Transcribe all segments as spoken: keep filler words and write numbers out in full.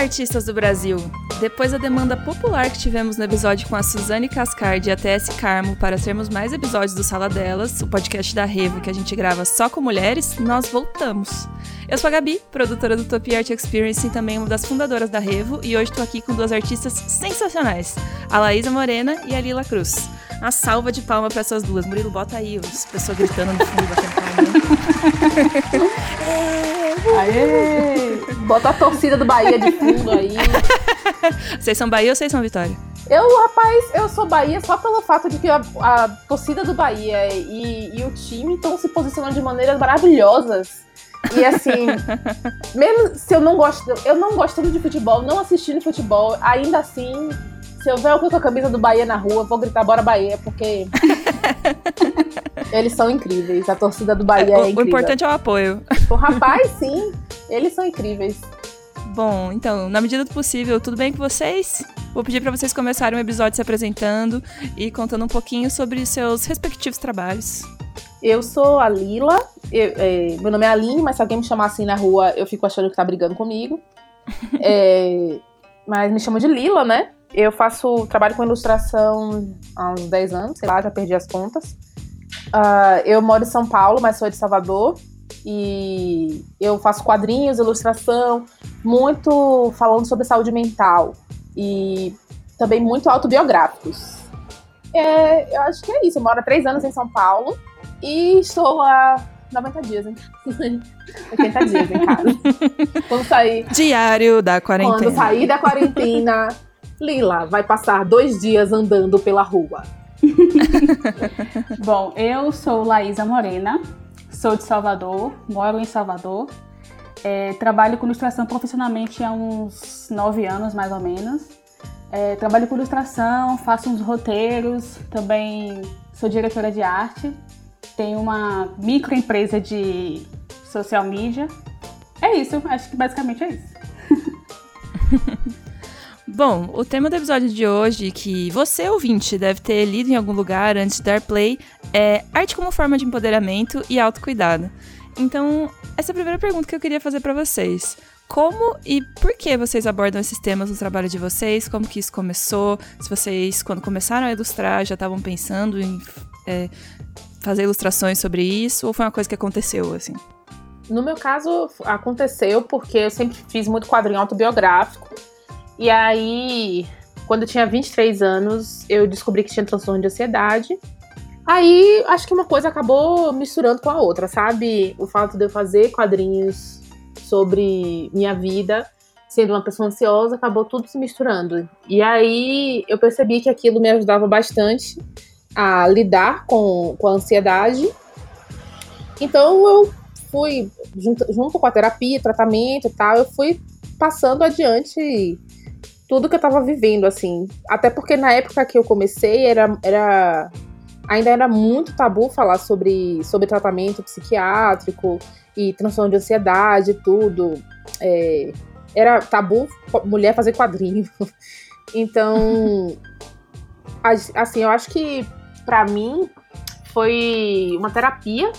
artistas do Brasil! Depois da demanda popular que tivemos no episódio com a Suzane Cascardi e a T S Carmo para sermos mais episódios do Sala Delas, o podcast da Revo que a gente grava só com mulheres, nós voltamos. Eu sou a Gabi, produtora do Utopia Art Experience e também uma das fundadoras da Revo, e hoje estou aqui com duas artistas sensacionais, a Laísa Morena e a Lila Cruz. Uma salva de palma para essas duas. Murilo, bota aí as pessoas gritando no fundo, batendo palma. Aê! Bota a torcida do Bahia de fundo aí. Vocês são Bahia ou vocês são Vitória? Eu, rapaz, eu sou Bahia só pelo fato de que a, a torcida do Bahia e, e o time estão se posicionando de maneiras maravilhosas. E assim, mesmo se eu não gosto, eu não gostando de futebol, não assistindo futebol, ainda assim, se eu ver alguém com a camisa do Bahia na rua, eu vou gritar bora Bahia, porque eles são incríveis, a torcida do Bahia é, o, é incrível. O importante é o apoio. O rapaz, sim, eles são incríveis. Bom, então, na medida do possível, tudo bem com vocês? Vou pedir para vocês começarem o episódio se apresentando e contando um pouquinho sobre seus respectivos trabalhos. Eu sou a Lila, eu, é, meu nome é Aline, mas se alguém me chamar assim na rua, eu fico achando que tá brigando comigo. é, mas me chamam de Lila, né? Eu faço trabalho com ilustração há uns dez anos, sei lá, já perdi as contas. Uh, eu moro em São Paulo, mas sou de Salvador. E eu faço quadrinhos, ilustração, muito falando sobre saúde mental. E também muito autobiográficos. É, eu acho que é isso. Eu moro há três anos em São Paulo. E estou há noventa dias em casa. oitenta dias em casa. Quando sair... Diário da quarentena. Quando sair da quarentena, Lila vai passar dois dias andando pela rua. Bom, eu sou Laísa Morena, sou de Salvador, moro em Salvador. É, trabalho com ilustração profissionalmente há uns nove anos, mais ou menos. É, trabalho com ilustração, faço uns roteiros, também sou diretora de arte. Tenho uma microempresa de social media. É isso, acho que basicamente é isso. Bom, o tema do episódio de hoje, que você, ouvinte, deve ter lido em algum lugar antes de dar play, é arte como forma de empoderamento e autocuidado. Então, essa é a primeira pergunta que eu queria fazer pra vocês. Como e por que vocês abordam esses temas no trabalho de vocês? Como que isso começou? Se vocês, quando começaram a ilustrar, já estavam pensando em é, fazer ilustrações sobre isso? Ou foi uma coisa que aconteceu, assim? No meu caso, aconteceu porque eu sempre fiz muito quadrinho autobiográfico. E aí, quando eu tinha vinte e três anos, eu descobri que tinha transtorno de ansiedade. Aí, acho que uma coisa acabou misturando com a outra, sabe? O fato de eu fazer quadrinhos sobre minha vida, sendo uma pessoa ansiosa, acabou tudo se misturando. E aí, eu percebi que aquilo me ajudava bastante a lidar com, com a ansiedade. Então, eu fui, junto, junto com a terapia, tratamento e tal, eu fui passando adiante tudo que eu tava vivendo, assim. Até porque na época que eu comecei, era, era, ainda era muito tabu falar sobre, sobre tratamento psiquiátrico e transtorno de ansiedade e tudo. É, era tabu mulher fazer quadrinho. Então, assim, eu acho que pra mim foi uma terapia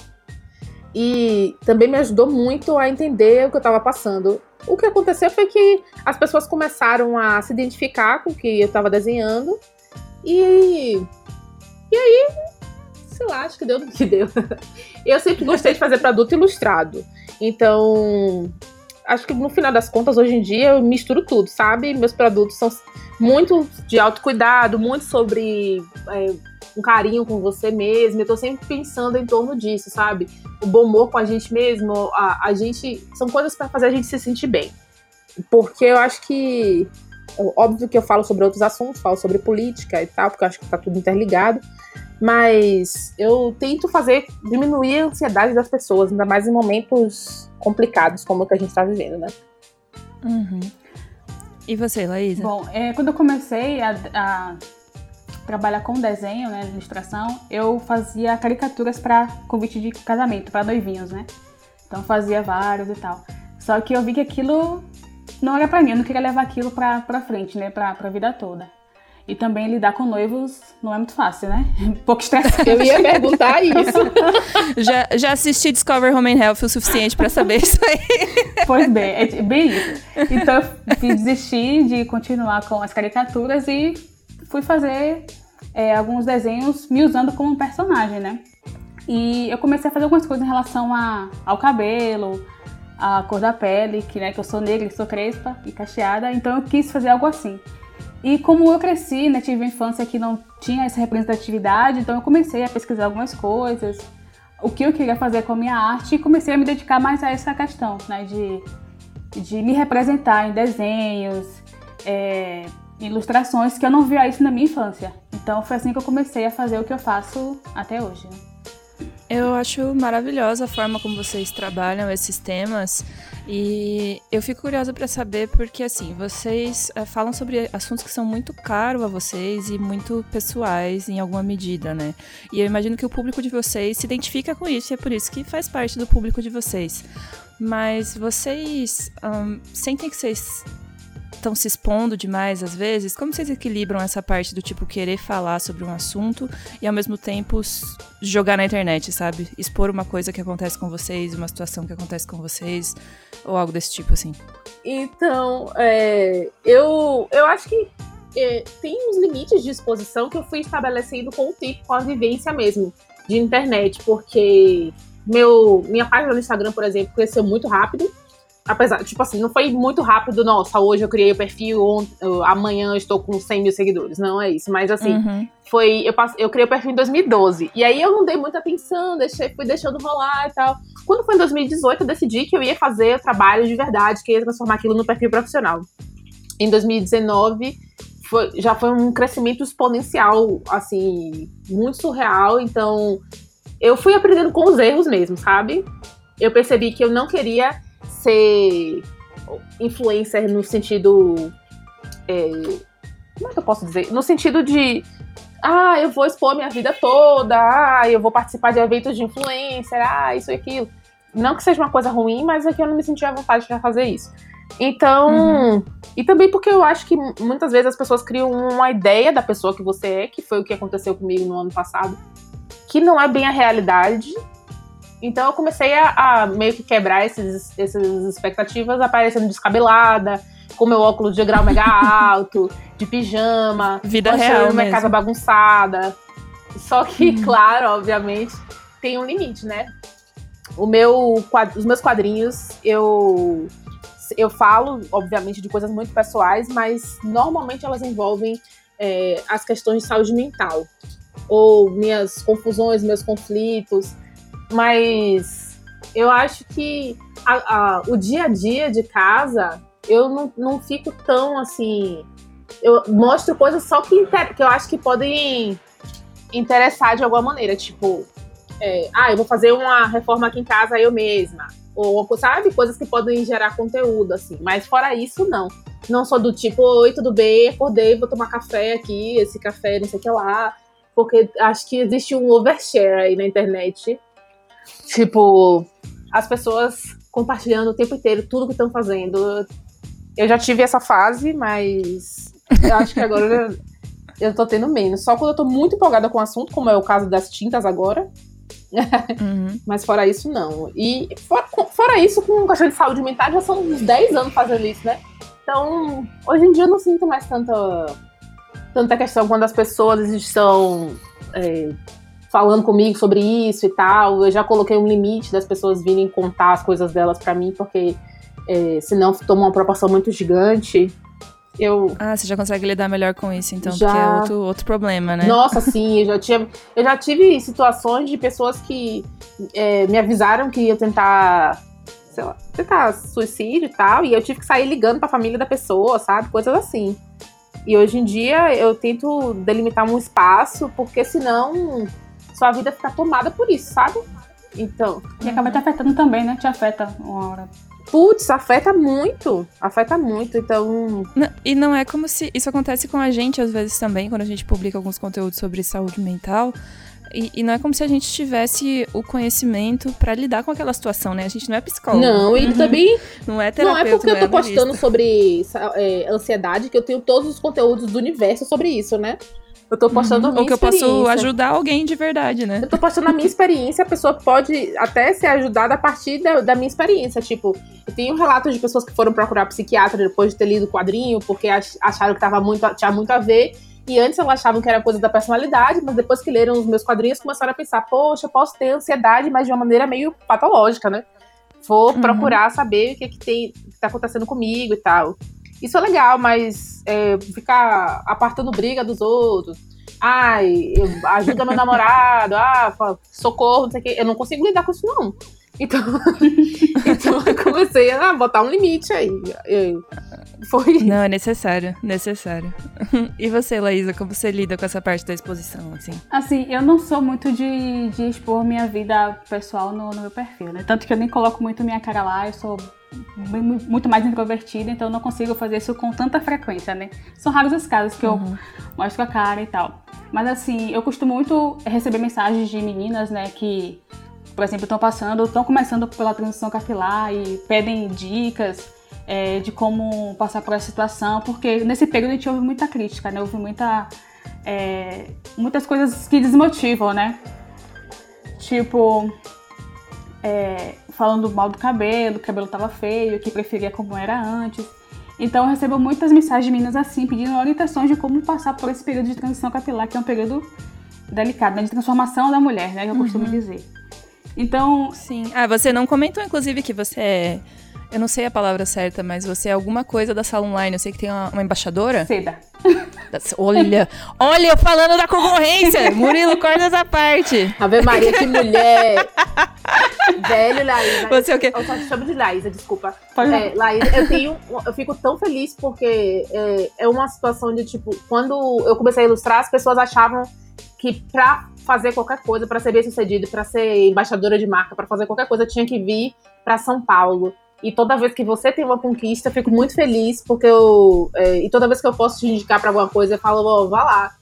e também me ajudou muito a entender o que eu tava passando. O que aconteceu foi que as pessoas começaram a se identificar com o que eu estava desenhando e, e aí, sei lá, acho que deu no que deu. Eu sempre gostei de fazer produto ilustrado, então acho que no final das contas, hoje em dia, eu misturo tudo, sabe? Meus produtos são muito de autocuidado, muito sobre é, um carinho com você mesmo. Eu tô sempre pensando em torno disso, sabe? O bom humor com a gente mesmo, a, a gente... São coisas para fazer a gente se sentir bem. Porque eu acho que... Óbvio que eu falo sobre outros assuntos, falo sobre política e tal, porque eu acho que tá tudo interligado. Mas eu tento fazer, diminuir a ansiedade das pessoas, ainda mais em momentos complicados como o que a gente tá vivendo, né? Uhum. E você, Laísa? Bom, é, quando eu comecei a, a trabalhar com desenho, né, ilustração, eu fazia caricaturas para convite de casamento, para noivinhos, né? Então fazia vários e tal. Só que eu vi que aquilo não era para mim, eu não queria levar aquilo pra, pra frente, né, pra, pra vida toda. E também lidar com noivos não é muito fácil, né? Um pouco estressante. Eu ia perguntar isso. já, já assisti Discover Home and Health o suficiente pra saber isso aí. Pois bem, é bem isso. Então eu desisti de continuar com as caricaturas e fui fazer é, alguns desenhos me usando como personagem, né? E eu comecei a fazer algumas coisas em relação a, ao cabelo, a cor da pele, que, né, que eu sou negra, sou crespa e cacheada, então eu quis fazer algo assim. E como eu cresci, né, tive uma infância que não tinha essa representatividade, então eu comecei a pesquisar algumas coisas, o que eu queria fazer com a minha arte, e comecei a me dedicar mais a essa questão, né, de, de me representar em desenhos, é, ilustrações, que eu não via isso na minha infância. Então foi assim que eu comecei a fazer o que eu faço até hoje, né? Eu acho maravilhosa a forma como vocês trabalham esses temas e eu fico curiosa para saber porque, assim, vocês é, falam sobre assuntos que são muito caros a vocês e muito pessoais em alguma medida, né? E eu imagino que o público de vocês se identifica com isso e é por isso que faz parte do público de vocês. Mas vocês um, sentem que vocês estão se expondo demais às vezes? Como vocês equilibram essa parte do tipo querer falar sobre um assunto e ao mesmo tempo jogar na internet, sabe? Expor uma coisa que acontece com vocês, uma situação que acontece com vocês ou algo desse tipo, assim. Então, é, eu, eu acho que é, tem uns limites de exposição que eu fui estabelecendo com o tempo, com a vivência mesmo de internet, porque meu, minha página no Instagram, por exemplo, cresceu muito rápido. Apesar, tipo assim, não foi muito rápido, nossa, hoje eu criei o perfil, ontem, amanhã eu estou com cem mil seguidores, não é isso, mas assim, uhum. foi, eu, passe, eu criei o perfil em dois mil e doze, e aí eu não dei muita atenção, deixei, fui deixando rolar e tal. Quando foi em dois mil e dezoito, eu decidi que eu ia fazer o trabalho de verdade, que eu ia transformar aquilo no perfil profissional. Em dois mil e dezenove, foi, já foi um crescimento exponencial, assim, muito surreal, então eu fui aprendendo com os erros mesmo, sabe? Eu percebi que eu não queria ser influencer no sentido é, como é que eu posso dizer? No sentido de ah, eu vou expor minha vida toda, ah, eu vou participar de eventos de influencer, ah, isso e aquilo. Não que seja uma coisa ruim, mas é que eu não me sentia à vontade de fazer isso. Então, uhum. E também porque eu acho que muitas vezes as pessoas criam uma ideia da pessoa que você é, que foi o que aconteceu comigo no ano passado, que não é bem a realidade. Então eu comecei a, a meio que quebrar esses, essas expectativas, aparecendo descabelada, com meu óculos de grau mega alto, de pijama, vida real minha mesmo. Casa bagunçada. Só que, hum. claro, obviamente, tem um limite, né? O meu, os meus quadrinhos, eu, eu falo, obviamente, de coisas muito pessoais, mas normalmente elas envolvem é, as questões de saúde mental, ou minhas confusões, meus conflitos. Mas eu acho que a, a, o dia a dia de casa, eu não, não fico tão assim... Eu mostro coisas só que, inter, que eu acho que podem interessar de alguma maneira. Tipo, é, ah, eu vou fazer uma reforma aqui em casa eu mesma. Ou, sabe? Coisas que podem gerar conteúdo, assim. Mas fora isso, não. Não sou do tipo, oi, tudo bem? Acordei, vou tomar café aqui, esse café, não sei o que lá. Porque acho que existe um overshare aí na internet. Tipo, as pessoas compartilhando o tempo inteiro tudo que estão fazendo. Eu já tive essa fase, mas eu acho que agora eu, eu tô tendo menos. Só quando eu tô muito empolgada com o assunto, como é o caso das tintas agora. Uhum. Mas fora isso, não. E fora, fora isso, com questão de saúde mental, já são uns dez anos fazendo isso, né? Então, hoje em dia eu não sinto mais tanta, tanta questão quando as pessoas estão... É, falando comigo sobre isso e tal. Eu já coloquei um limite das pessoas virem contar as coisas delas pra mim, porque é, senão toma uma proporção muito gigante. Eu ah, você já consegue lidar melhor com isso, então, já... porque é outro, outro problema, né? Nossa, sim, eu já, tinha, eu já tive situações de pessoas que é, me avisaram que ia tentar, sei lá, tentar suicídio e tal, e eu tive que sair ligando pra família da pessoa, sabe? Coisas assim. E hoje em dia eu tento delimitar um espaço, porque senão sua vida fica tomada por isso, sabe? Então... E acaba te afetando também, né? Te afeta uma hora. Putz, afeta muito. Afeta muito, então... Não, e não é como se... Isso acontece com a gente, às vezes, também, quando a gente publica alguns conteúdos sobre saúde mental. E, e não é como se a gente tivesse o conhecimento pra lidar com aquela situação, né? A gente não é psicólogo. Não, e também... Não é terapeuta, não é porque não eu tô é postando sobre é, ansiedade que eu tenho todos os conteúdos do universo sobre isso, né? Eu tô postando uhum. a minha Ou que experiência. eu posso ajudar alguém de verdade, né? Eu tô postando a minha experiência, a pessoa pode até ser ajudada a partir da, da minha experiência. Tipo, eu tenho relatos de pessoas que foram procurar psiquiatra depois de ter lido o quadrinho, porque acharam que tava muito, tinha muito a ver. E antes elas achavam que era coisa da personalidade, mas depois que leram os meus quadrinhos, começaram a pensar, poxa, eu posso ter ansiedade, mas de uma maneira meio patológica, né? Vou uhum. procurar saber o que, é que, tem, que tá acontecendo comigo e tal. Isso é legal, mas é, ficar apartando briga dos outros. Ai, eu, ajuda meu namorado. Ah, socorro, não sei o quê. Eu não consigo lidar com isso, não. Então, então eu comecei a botar um limite aí. Eu, foi isso. Não, é necessário, necessário. E você, Laísa, como você lida com essa parte da exposição, assim? Assim, eu não sou muito de, de expor minha vida pessoal no, no meu perfil, né? Tanto que eu nem coloco muito minha cara lá, eu sou muito mais introvertida, então eu não consigo fazer isso com tanta frequência, né? São raros os casos que uhum. eu mostro a cara e tal. Mas assim, eu costumo muito receber mensagens de meninas, né, que, por exemplo, estão passando, estão começando pela transição capilar e pedem dicas é, de como passar por essa situação, porque nesse período a gente ouve muita crítica, né? Ouve muita, é, muitas coisas que desmotivam, né? Tipo... É, falando mal do cabelo, o cabelo tava feio, que preferia como era antes. Então eu recebo muitas mensagens de meninas assim, pedindo orientações de como passar por esse período de transição capilar, que é um período delicado, né, de transformação da mulher, né, que eu uhum. costumo dizer. Então... Sim. Ah, você não comentou, inclusive, que você é... Eu não sei a palavra certa, mas você é alguma coisa da sala online. Eu sei que tem uma, uma embaixadora. Seda. Olha, olha, eu falando da concorrência. Murilo, corta essa parte. Ave Maria, que mulher. Velho, Laísa. Você é o quê? Eu só te chamo de Laísa, desculpa. É, Laísa, eu tenho... Eu fico tão feliz porque é, é uma situação de, tipo... Quando eu comecei a ilustrar, as pessoas achavam que pra fazer qualquer coisa, pra ser bem sucedido, pra ser embaixadora de marca, pra fazer qualquer coisa, tinha que vir pra São Paulo. E toda vez que você tem uma conquista, eu fico muito feliz, porque eu... É, e toda vez que eu posso te indicar pra alguma coisa, eu falo, oh, vá lá.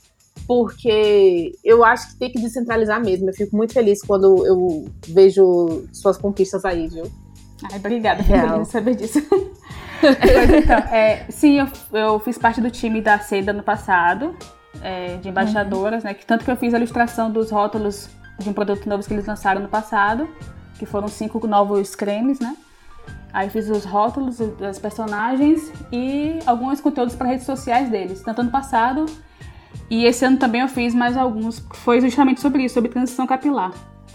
Porque eu acho que tem que descentralizar mesmo. Eu fico muito feliz quando eu vejo suas conquistas aí, viu? Ai, obrigada, fico feliz de saber disso. Pois então, é, sim, eu, eu fiz parte do time da Seda no passado, é, de embaixadoras, uhum. né? Que, tanto que eu fiz a ilustração dos rótulos de um produto novo que eles lançaram no passado, que foram cinco novos cremes, né? Aí fiz os rótulos das personagens e alguns conteúdos para redes sociais deles, tanto ano passado e esse ano também eu fiz mais alguns, que foi justamente sobre isso, sobre transição capilar.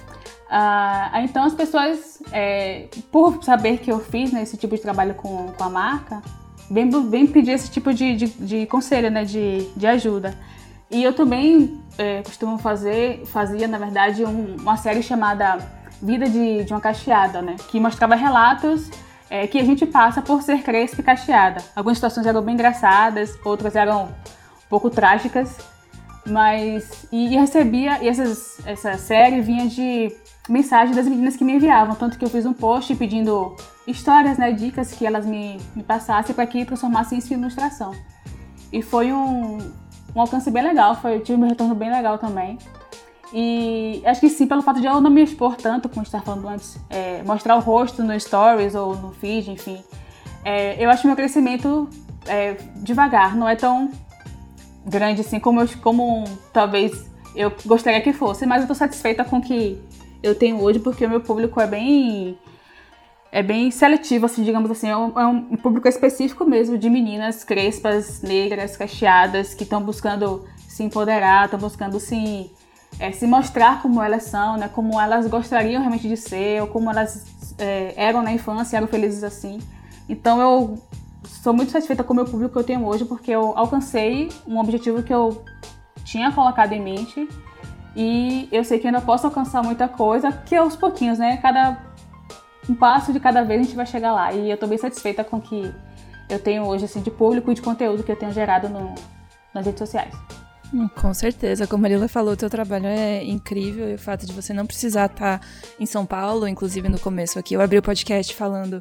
Ah, então as pessoas, é, por saber que eu fiz, né, esse tipo de trabalho com, com a marca, vem, vem pedir esse tipo de, de, de conselho, né, de, de ajuda. E eu também é, costumo fazer, fazia na verdade um, uma série chamada Vida de, de uma Cacheada, né? Que mostrava relatos é, que a gente passa por ser crespa e cacheada. Algumas situações eram bem engraçadas, outras eram um pouco trágicas, mas... E, e recebia... E essas, essa série vinha de mensagens das meninas que me enviavam, tanto que eu fiz um post pedindo histórias, né? Dicas que elas me, me passassem para que transformassem isso em ilustração. E foi um, um alcance bem legal, foi, tive um retorno bem legal também. E acho que sim, pelo fato de eu não me expor tanto, como a gente estava falando antes, é, mostrar o rosto no stories ou no feed, enfim, é, eu acho meu crescimento é, devagar, não é tão grande assim como, eu, como talvez eu gostaria que fosse, mas eu estou satisfeita com o que eu tenho hoje, porque o meu público é bem, é bem seletivo, assim, digamos assim, é um, é um público específico mesmo de meninas crespas, negras, cacheadas, que estão buscando se empoderar, estão buscando se... É, se mostrar como elas são, né, como elas gostariam realmente de ser, ou como elas é, eram na infância, eram felizes assim. Então eu sou muito satisfeita com o meu público que eu tenho hoje, porque eu alcancei um objetivo que eu tinha colocado em mente, e eu sei que ainda posso alcançar muita coisa, que aos pouquinhos, né, cada um passo de cada vez a gente vai chegar lá, e eu tô bem satisfeita com o que eu tenho hoje, assim, de público e de conteúdo que eu tenho gerado no, nas redes sociais. Com certeza, como a Marila falou, o teu trabalho é incrível e o fato de você não precisar estar em São Paulo, inclusive no começo aqui, eu abri o podcast falando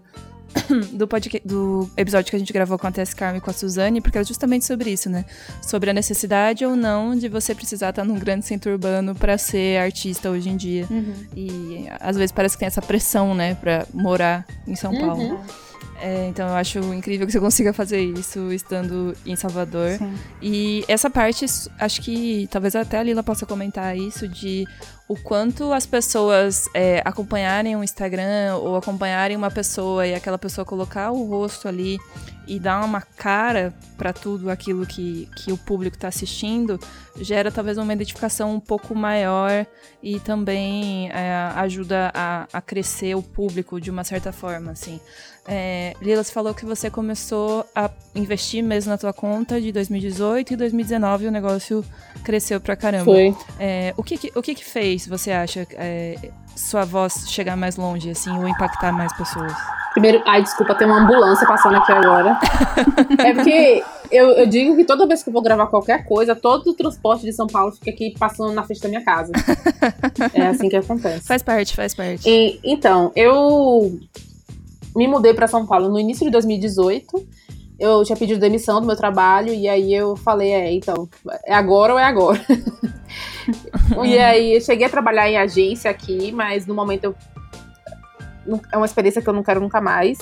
do, podcast, do episódio que a gente gravou com a Tess Carmo e com a Suzane, porque era justamente sobre isso, né? Sobre a necessidade ou não de você precisar estar num grande centro urbano pra ser artista hoje em dia. Uhum. E às vezes parece que tem essa pressão, né, pra morar em São Paulo. Uhum. É, então eu acho incrível que você consiga fazer isso estando em Salvador. Sim. E essa parte, acho que talvez até a Lila possa comentar isso, de o quanto as pessoas é, acompanharem um Instagram ou acompanharem uma pessoa e aquela pessoa colocar o rosto ali e dar uma cara para tudo aquilo que, que o público está assistindo, gera talvez uma identificação um pouco maior e também é, ajuda a, a crescer o público de uma certa forma, assim. É, Lila, você falou que você começou a investir mesmo na tua conta de dois mil e dezoito e dois mil e dezenove o negócio cresceu pra caramba. Foi. É, o que, que, o que que fez, você acha, é, sua voz chegar mais longe, assim, ou impactar mais pessoas? Primeiro, ai, desculpa, tem uma ambulância passando aqui agora. É porque eu, eu digo que toda vez que eu vou gravar qualquer coisa, todo o transporte de São Paulo fica aqui passando na frente da minha casa. É assim que acontece. Faz parte, faz parte. E, então, eu me mudei pra São Paulo no início de dois mil e dezoito. Eu tinha pedido demissão do meu trabalho e aí eu falei, é, então, é agora ou é agora? E aí eu cheguei a trabalhar em agência aqui, mas no momento eu é uma experiência que eu não quero nunca mais.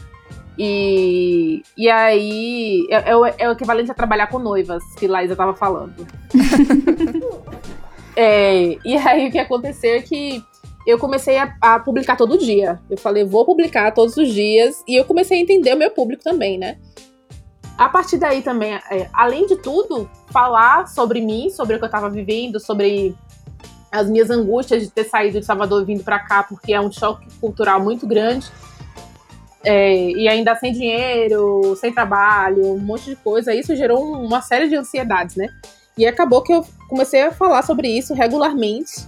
E, e aí é, é, o, é o equivalente a trabalhar com noivas, que Laísa tava falando. É, e aí o que aconteceu é que eu comecei a, a publicar todo dia. Eu falei, vou publicar todos os dias. E eu comecei a entender o meu público também, né? A partir daí também, é, além de tudo, falar sobre mim, sobre o que eu tava vivendo, sobre as minhas angústias de ter saído de Salvador e vindo pra cá, porque é um choque cultural muito grande. É, e ainda sem dinheiro, sem trabalho, um monte de coisa. Isso gerou um, uma série de ansiedades, né? E acabou que eu comecei a falar sobre isso regularmente.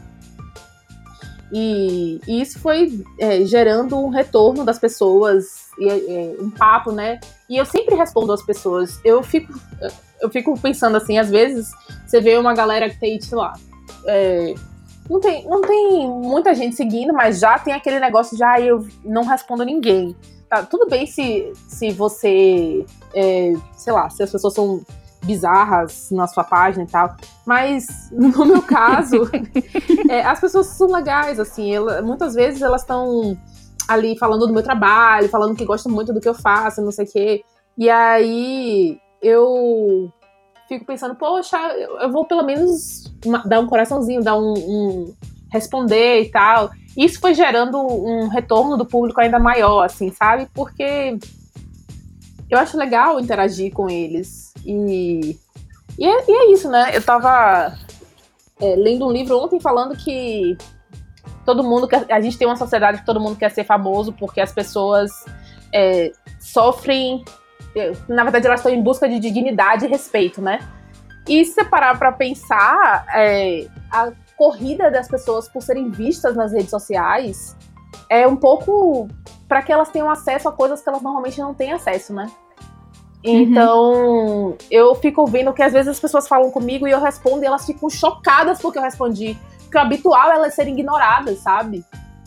E, e isso foi é, gerando um retorno das pessoas, e, é, um papo, né? E eu sempre respondo às pessoas. Eu fico, eu fico pensando assim, às vezes você vê uma galera que tem, sei lá, é, não, tem, não tem muita gente seguindo, mas já tem aquele negócio de, ah, eu não respondo ninguém. Tá, tudo bem se, se você, é, sei lá, se as pessoas são bizarras na sua página e tal, mas no meu caso, é, as pessoas são legais, assim, ela, muitas vezes elas estão ali falando do meu trabalho, falando que gostam muito do que eu faço, não sei o quê, e aí eu fico pensando, poxa, eu vou pelo menos dar um coraçãozinho, dar um, um responder e tal. Isso foi gerando um retorno do público ainda maior, assim, sabe? Porque eu acho legal interagir com eles. E, e, é, e é isso, né? Eu tava é, lendo um livro ontem falando que todo mundo quer, a gente tem uma sociedade que todo mundo quer ser famoso porque as pessoas é, sofrem. Na verdade, elas estão em busca de dignidade e respeito, né? E se você parar pra pensar, é, a corrida das pessoas por serem vistas nas redes sociais é um pouco para que elas tenham acesso a coisas que elas normalmente não têm acesso, né? Então, uhum. eu fico vendo que às vezes as pessoas falam comigo e eu respondo e elas ficam chocadas porque eu respondi. Porque o habitual é elas serem ignoradas, sabe?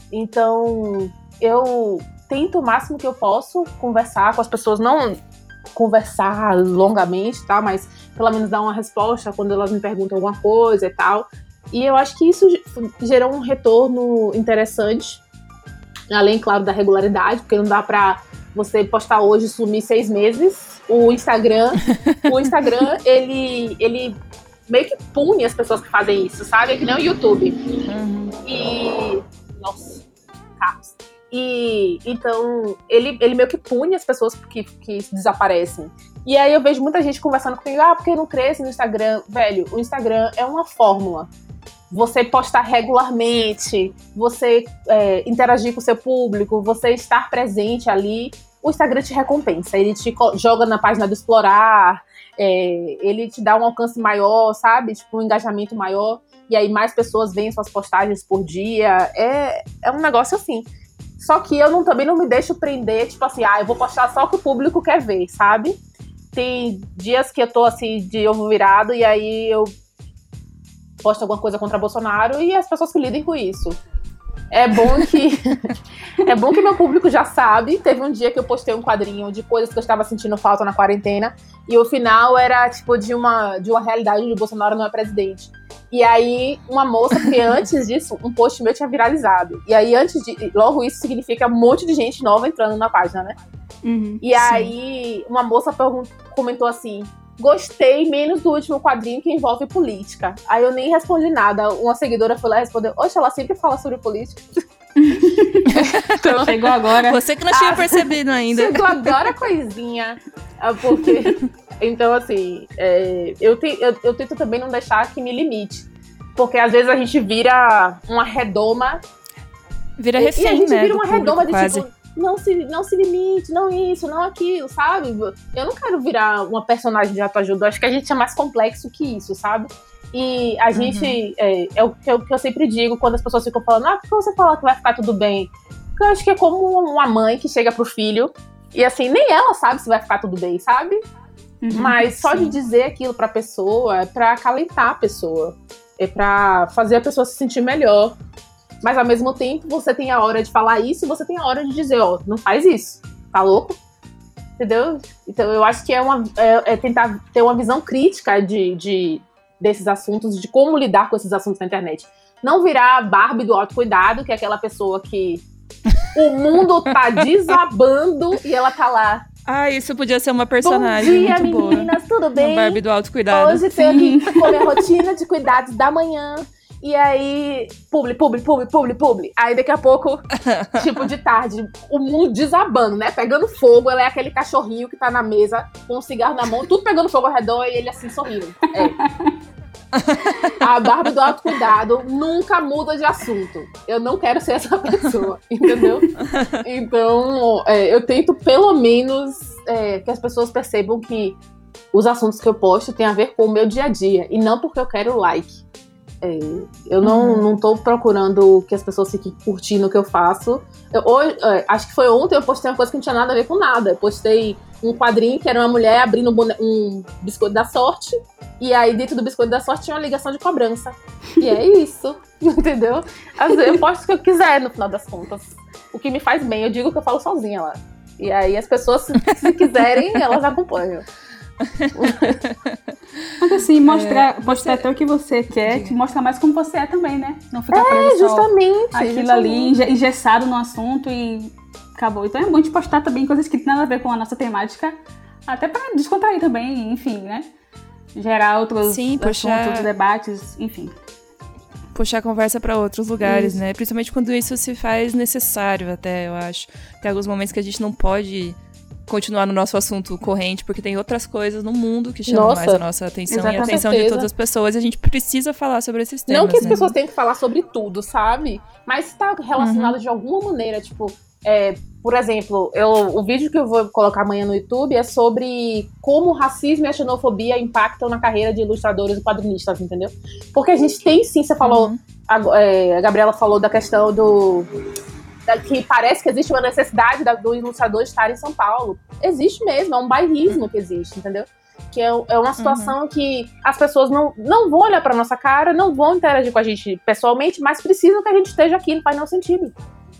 Então, eu tento o máximo que eu posso conversar com as pessoas, não conversar longamente, tá? Mas pelo menos dar uma resposta quando elas me perguntam alguma coisa e tal. E eu acho que isso gerou um retorno interessante, além, claro, da regularidade, porque não dá pra você postar hoje e sumir seis meses. O Instagram, o Instagram, ele, ele meio que pune as pessoas que fazem isso, sabe? É que nem o YouTube. Uhum. E... Nossa, carros. E, então, ele, ele meio que pune as pessoas que, que desaparecem. E aí eu vejo muita gente conversando comigo, ah, porque não cresce no Instagram. Velho, o Instagram é uma fórmula. Você postar regularmente, você é, interagir com o seu público, você estar presente ali, o Instagram te recompensa. Ele te joga na página do Explorar, é, ele te dá um alcance maior, sabe? Tipo, um engajamento maior. E aí mais pessoas veem suas postagens por dia. É, é um negócio assim. Só que eu não, também não me deixo prender, tipo assim, ah, eu vou postar só o que o público quer ver, sabe? Tem dias que eu tô assim, de ovo virado, e aí eu posto alguma coisa contra Bolsonaro e as pessoas que lidem com isso. É bom que é bom que meu público já sabe. Teve um dia que eu postei um quadrinho de coisas que eu estava sentindo falta na quarentena. E o final era, tipo, de uma, de uma realidade de Bolsonaro não é presidente. E aí, uma moça, porque antes disso, um post meu tinha viralizado. E aí, antes de... Logo, isso significa um monte de gente nova entrando na página, né? Uhum, e aí, uma moça comentou assim... Gostei menos do último quadrinho que envolve política. Aí eu nem respondi nada. Uma seguidora foi lá e respondeu: Oxe, ela sempre fala sobre política. Então, chegou agora. Você que não tinha ah, percebido ainda. Chegou agora a coisinha. Porque... Então, assim, é, eu, te, eu, eu tento também não deixar que me limite. Porque às vezes a gente vira uma redoma. Vira refém, né? E a gente né, vira uma redoma de quase. tipo... Não se, não se limite, não isso, não aquilo, sabe? Eu não quero virar uma personagem de autoajuda. Eu acho que a gente é mais complexo que isso, sabe? E a gente... Uhum. É, é, o que eu, que eu sempre digo quando as pessoas ficam falando: ah, por que você fala que vai ficar tudo bem? Porque eu acho que é como uma mãe que chega pro filho e assim, nem ela sabe se vai ficar tudo bem, sabe? Uhum, Mas só sim. de dizer aquilo pra pessoa é pra acalentar a pessoa. É pra fazer a pessoa se sentir melhor. Mas ao mesmo tempo, você tem a hora de falar isso e você tem a hora de dizer, ó, não faz isso, tá louco? Entendeu? Então eu acho que é, uma, é, é tentar ter uma visão crítica de, de, desses assuntos, de como lidar com esses assuntos na internet. Não virar a Barbie do autocuidado, que é aquela pessoa que o mundo tá desabando e ela tá lá. Ah, isso podia ser uma personagem. Bom dia, muito meninas, boa. tudo bem? Uma Barbie do autocuidado. Hoje tenho que comer a rotina de cuidados da manhã. E aí, publi, publi, publi, publi, publi. Aí daqui a pouco, tipo de tarde, o mundo desabando, né? Pegando fogo, ela é aquele cachorrinho que tá na mesa com um cigarro na mão, tudo pegando fogo ao redor e ele assim sorrindo. É. A Barbie do autocuidado nunca muda de assunto. Eu não quero ser essa pessoa, entendeu? Então, é, eu tento pelo menos é, que as pessoas percebam que os assuntos que eu posto têm a ver com o meu dia a dia e não porque eu quero like. É, eu não, uhum. não tô procurando que as pessoas fiquem curtindo o que eu faço. Eu, hoje, é, acho que foi ontem eu postei uma coisa que não tinha nada a ver com nada. Eu postei um quadrinho que era uma mulher abrindo um, um biscoito da sorte. E aí dentro do biscoito da sorte tinha uma ligação de cobrança. E é isso, entendeu? Às vezes eu posto o que eu quiser no final das contas. O que me faz bem, eu digo que eu falo sozinha lá. E aí as pessoas, se, se quiserem, elas acompanham. Mas assim, mostrar, é, mostrar você... até o que você quer, te mostrar mais como você é também, né? Não ficar preso é, justamente, só aquilo justamente. ali, engessado no assunto e acabou. Então é bom de postar também coisas que não tem nada a ver com a nossa temática, até pra descontrair também, enfim, né? Gerar outros Sim, assuntos, puxar... outros debates, enfim. Puxar a conversa pra outros lugares, isso. né? Principalmente quando isso se faz necessário até, eu acho. Tem alguns momentos que a gente não pode... continuar no nosso assunto corrente, porque tem outras coisas no mundo que chamam Nossa, mais a nossa atenção exatamente. e a atenção de todas as pessoas, e a gente precisa falar sobre esses temas. Não que as né? pessoas tenham que falar sobre tudo, sabe? Mas tá relacionado uhum. de alguma maneira, tipo, é, por exemplo, eu, o vídeo que eu vou colocar amanhã no YouTube é sobre como o racismo e a xenofobia impactam na carreira de ilustradores e quadrinistas, entendeu? Porque a gente tem sim, você falou, uhum. a, é, a Gabriela falou da questão do... que parece que existe uma necessidade do ilustrador estar em São Paulo. Existe mesmo, é um bairrismo que existe, entendeu? Que é, é uma situação uhum. que as pessoas não, não vão olhar pra nossa cara, não vão interagir com a gente pessoalmente, mas precisam que a gente esteja aqui, não faz nenhum sentido.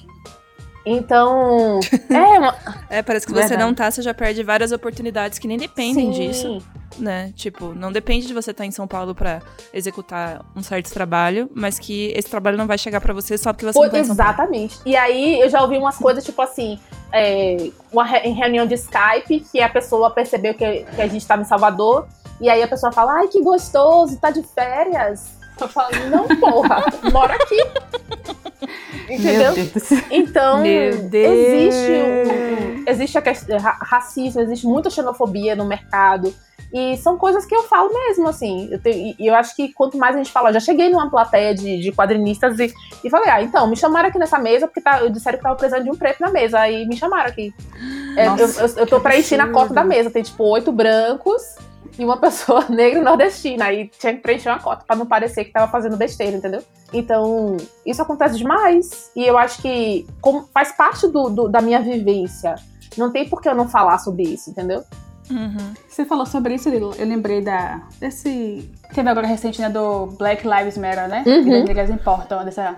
Então, é uma... É, parece que você não tá, você já perde várias oportunidades que nem dependem Sim. disso, né? Tipo, não depende de você estar em São Paulo pra executar um certo trabalho, mas que esse trabalho não vai chegar pra você só porque você Pô, não tá em São Paulo. Exatamente. E aí, eu já ouvi umas coisas, tipo assim, é, uma re- em reunião de Skype, que a pessoa percebeu que, que a gente tava em Salvador, e aí a pessoa fala, ai, que gostoso, tá de férias. Eu falo, não, porra, mora aqui. Entendeu? Então, existe, um, existe a questão, racismo, existe muita xenofobia no mercado. E são coisas que eu falo mesmo, assim. Eu tenho, e eu acho que quanto mais a gente fala, eu já cheguei numa plateia de, de quadrinistas e, e falei, ah, então, me chamaram aqui nessa mesa porque tá, eu disseram que tava precisando de um preto na mesa. Aí me chamaram aqui. É, eu, eu, eu tô preenchendo a cota da mesa. Tem, tipo, oito brancos e uma pessoa negra e nordestina. Aí tinha que preencher uma cota pra não parecer que tava fazendo besteira, entendeu? Então, isso acontece demais. E eu acho que como faz parte do, do, da minha vivência. Não tem por que eu não falar sobre isso, entendeu? Uhum. Você falou sobre isso, eu lembrei da desse... Teve agora recente, né, do Black Lives Matter, né? Uhum. Vidas negras importam, dessa,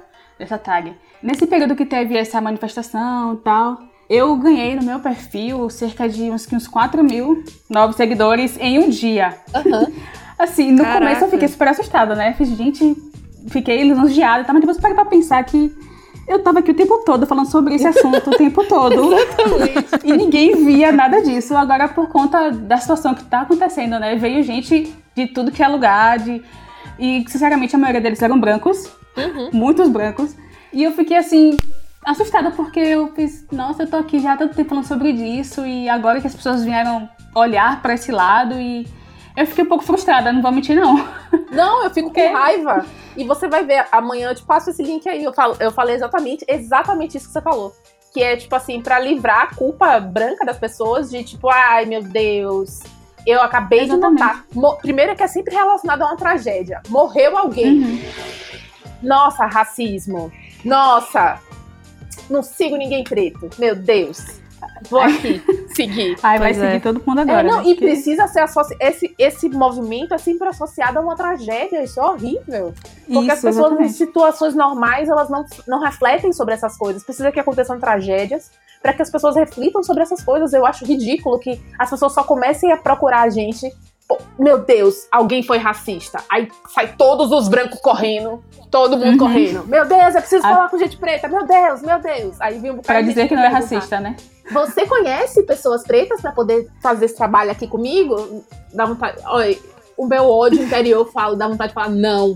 essa tag. Nesse período que teve essa manifestação e tal, eu ganhei no meu perfil cerca de uns, uns quatro mil novos seguidores em um dia. Uhum. Assim, no Caraca. começo eu fiquei super assustada, né? Fiz, gente, fiquei lisonjeada, tá? Mas depois eu parei pra pensar que eu tava aqui o tempo todo falando sobre esse assunto o tempo todo. Exatamente. E ninguém via nada disso. Agora, por conta da situação que tá acontecendo, né? Veio gente de tudo que é lugar. De... E, sinceramente, a maioria deles eram brancos. Uhum. Muitos brancos. E eu fiquei, assim, assustada. Porque eu fiz, nossa, eu tô aqui já há tanto tempo falando sobre isso. E agora que as pessoas vieram olhar pra esse lado. E eu fiquei um pouco frustrada, não vou mentir, não. Não, eu fico Porque... com raiva. E você vai ver, amanhã eu te passo esse link aí. Eu, falo, eu falei exatamente, exatamente isso que você falou. Que é, tipo assim, pra livrar a culpa branca das pessoas de, tipo, ai, meu Deus, eu acabei Exatamente. de notar. Mo- Primeiro é que é sempre relacionado a uma tragédia. Morreu alguém. Uhum. Nossa, racismo. Nossa, não sigo ninguém preto. Meu Deus. Vou aqui seguir. Ai, vai Pois seguir é. todo mundo agora. É, não, né? e Porque- precisa ser associado. Esse, esse movimento é sempre associado a uma tragédia. Isso é horrível. Porque as Isso, pessoas em exatamente. situações normais, elas não, não refletem sobre essas coisas. Precisa que aconteçam tragédias para que as pessoas reflitam sobre essas coisas. Eu acho ridículo que as pessoas só comecem a procurar a gente. Pô, meu Deus, alguém foi racista. Aí sai todos os brancos correndo. Todo mundo Uhum. correndo. Meu Deus, é preciso A- falar com gente preta. Meu Deus, meu Deus. Aí vem um bocado Pra de dizer gente que não é perguntar, racista, né? você conhece pessoas pretas pra poder fazer esse trabalho aqui comigo? Dá vontade. Olha, o meu ódio interior eu falo, dá vontade de falar não.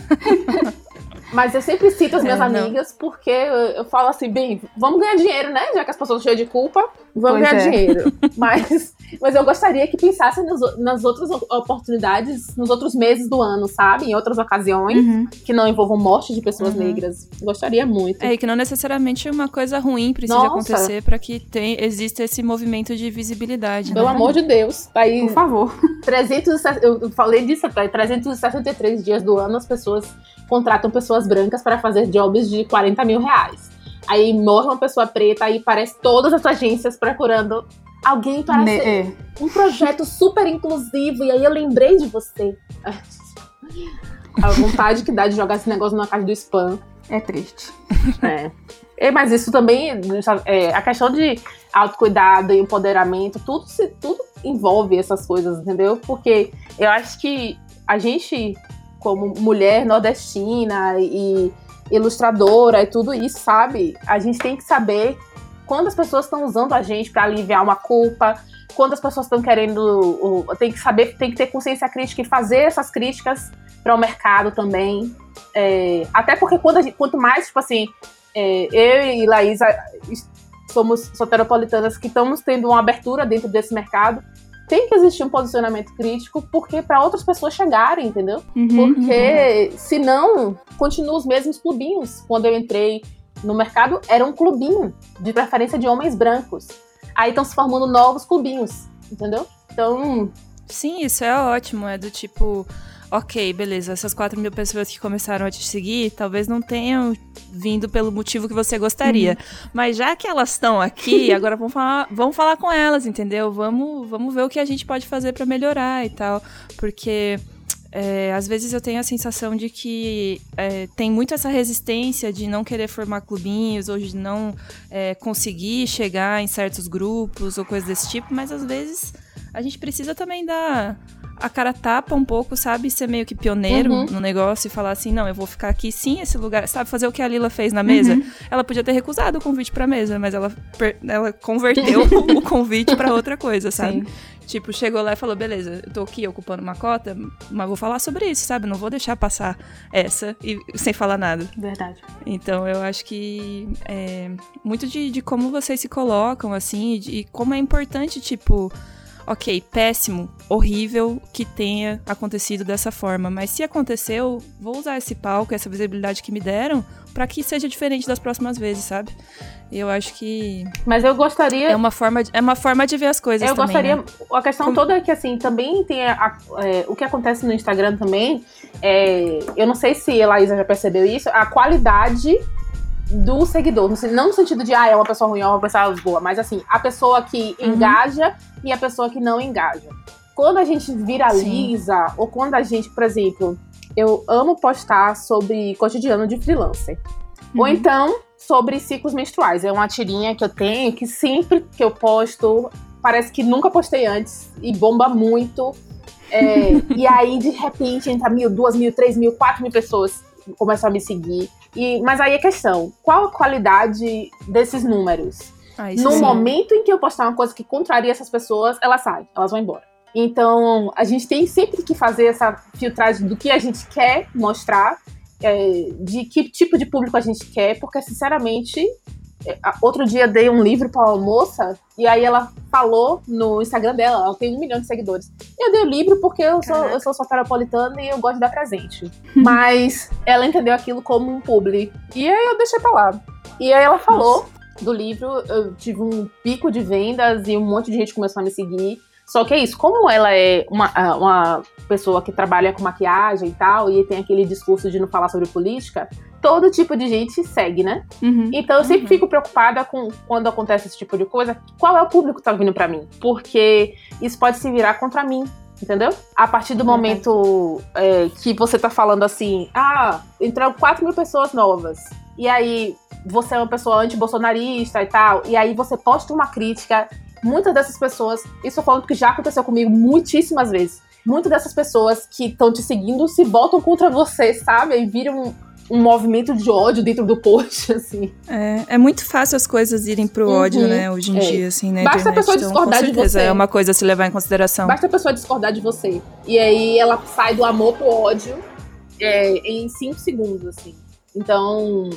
Mas eu sempre cito as minhas É, não. amigas porque eu, eu falo assim, bem, vamos ganhar dinheiro, né? Já que as pessoas estão cheias de culpa, vamos Pois ganhar é. dinheiro. Mas, mas eu gostaria que pensassem nas, o- nas outras oportunidades, nos outros meses do ano, sabe? Em outras ocasiões Uhum. que não envolvam morte de pessoas Uhum. negras. Gostaria muito. É, e que não necessariamente uma coisa ruim precisa Nossa. acontecer para que tem, exista esse movimento de visibilidade. Pelo né? amor de Deus. Tá aí. Por favor. trezentos e sessenta eu falei disso até, trezentos e sessenta e três dias do ano as pessoas contratam pessoas brancas para fazer jobs de quarenta mil reais. Aí morre uma pessoa preta, aí parece todas as agências procurando alguém para Ne- ser é. um projeto super inclusivo, e aí eu lembrei de você. A vontade que dá de jogar esse negócio na caixa do spam. É triste. É. É, mas isso também, é, a questão de autocuidado e empoderamento, tudo, se, tudo envolve essas coisas, entendeu? Porque eu acho que a gente, como mulher nordestina e ilustradora e tudo isso, sabe? A gente tem que saber quando as pessoas estão usando a gente para aliviar uma culpa, quando as pessoas estão querendo, tem que saber, tem que ter consciência crítica e fazer essas críticas para o mercado também. É, até porque quando a gente, quanto mais, tipo assim, é, eu e Laís somos soteropolitanas que estamos tendo uma abertura dentro desse mercado, tem que existir um posicionamento crítico, porque para outras pessoas chegarem, entendeu? Uhum. Porque senão continuam os mesmos clubinhos. Quando eu entrei no mercado, era um clubinho, de preferência de homens brancos. Aí estão se formando novos clubinhos, entendeu? Então, Sim, isso é ótimo. É do tipo, ok, beleza, essas quatro mil pessoas que começaram a te seguir, talvez não tenham vindo pelo motivo que você gostaria. Uhum. Mas já que elas estão aqui, agora vamos falar, vamos falar com elas, entendeu? Vamos, vamos ver o que a gente pode fazer pra melhorar e tal. Porque é, às vezes eu tenho a sensação de que é, tem muito essa resistência de não querer formar clubinhos ou de não é, conseguir chegar em certos grupos ou coisas desse tipo, mas às vezes a gente precisa também dar a cara tapa um pouco, sabe? Ser meio que pioneiro uhum. no negócio e falar assim, não, eu vou ficar aqui sim, esse lugar, sabe? Fazer o que a Lila fez na mesa. Uhum. Ela podia ter recusado o convite pra mesa, mas ela, ela converteu o convite pra outra coisa, sabe? Sim. Tipo, chegou lá e falou, beleza, eu tô aqui ocupando uma cota, mas vou falar sobre isso, sabe? Não vou deixar passar essa e, sem falar nada. Verdade. Então, eu acho que é muito de, de como vocês se colocam, assim, e, de, e como é importante, tipo, ok, péssimo, horrível que tenha acontecido dessa forma, mas se aconteceu, vou usar esse palco, essa visibilidade que me deram, pra que seja diferente das próximas vezes, sabe? Eu acho que... Mas eu gostaria... É uma forma de, é uma forma de ver as coisas eu também, gostaria... né? A questão Como... toda é que, assim, também tem a, a, é, o que acontece no Instagram também, é, eu não sei se a Elaísa já percebeu isso, a qualidade do seguidor, não no sentido de, ah, é uma pessoa ruim, é uma pessoa boa, mas assim, a pessoa que uhum. engaja e a pessoa que não engaja. Quando a gente viraliza, Sim. ou quando a gente, por exemplo, eu amo postar sobre cotidiano de freelancer. Uhum. Ou então, sobre ciclos menstruais. É uma tirinha que eu tenho que sempre que eu posto, parece que nunca postei antes e bomba muito. É, e aí, de repente, entra mil, duas mil, três mil, quatro mil pessoas começam a me seguir. E, mas aí a questão, qual a qualidade desses números? Ah, no sim. momento em que eu postar uma coisa que contraria essas pessoas, elas saem, elas vão embora. Então, a gente tem sempre que fazer essa filtragem do que a gente quer mostrar, é, de que tipo de público a gente quer, porque, sinceramente, é, outro dia dei um livro para uma moça, e aí ela falou no Instagram dela, ela tem um milhão de seguidores. Eu dei o livro porque eu sou, eu sou soteropolitana e eu gosto de dar presente. Mas ela entendeu aquilo como um publi. E aí eu deixei pra lá. E aí ela falou Nossa. do livro, eu tive um pico de vendas e um monte de gente começou a me seguir. Só que é isso, como ela é uma, uma pessoa que trabalha com maquiagem e tal, e tem aquele discurso de não falar sobre política, todo tipo de gente segue, né? Uhum, então eu sempre uhum. fico preocupada com quando acontece esse tipo de coisa, qual é o público que tá vindo pra mim? Porque isso pode se virar contra mim, entendeu? A partir do uhum. momento é, que você tá falando assim, ah, entraram quatro mil pessoas novas, e aí você é uma pessoa anti-bolsonarista e tal, e aí você posta uma crítica. Muitas dessas pessoas, isso eu falando porque já aconteceu comigo muitíssimas vezes, muitas dessas pessoas que estão te seguindo se voltam contra você, sabe? E viram um, um movimento de ódio dentro do post, assim. É, é muito fácil as coisas irem pro uhum. ódio, né, hoje em é. dia, assim, né? Basta internet. a pessoa discordar então, com de você. É uma coisa a se levar em consideração. Basta a pessoa discordar de você. E aí ela sai do amor pro ódio é, em cinco segundos, assim. Então...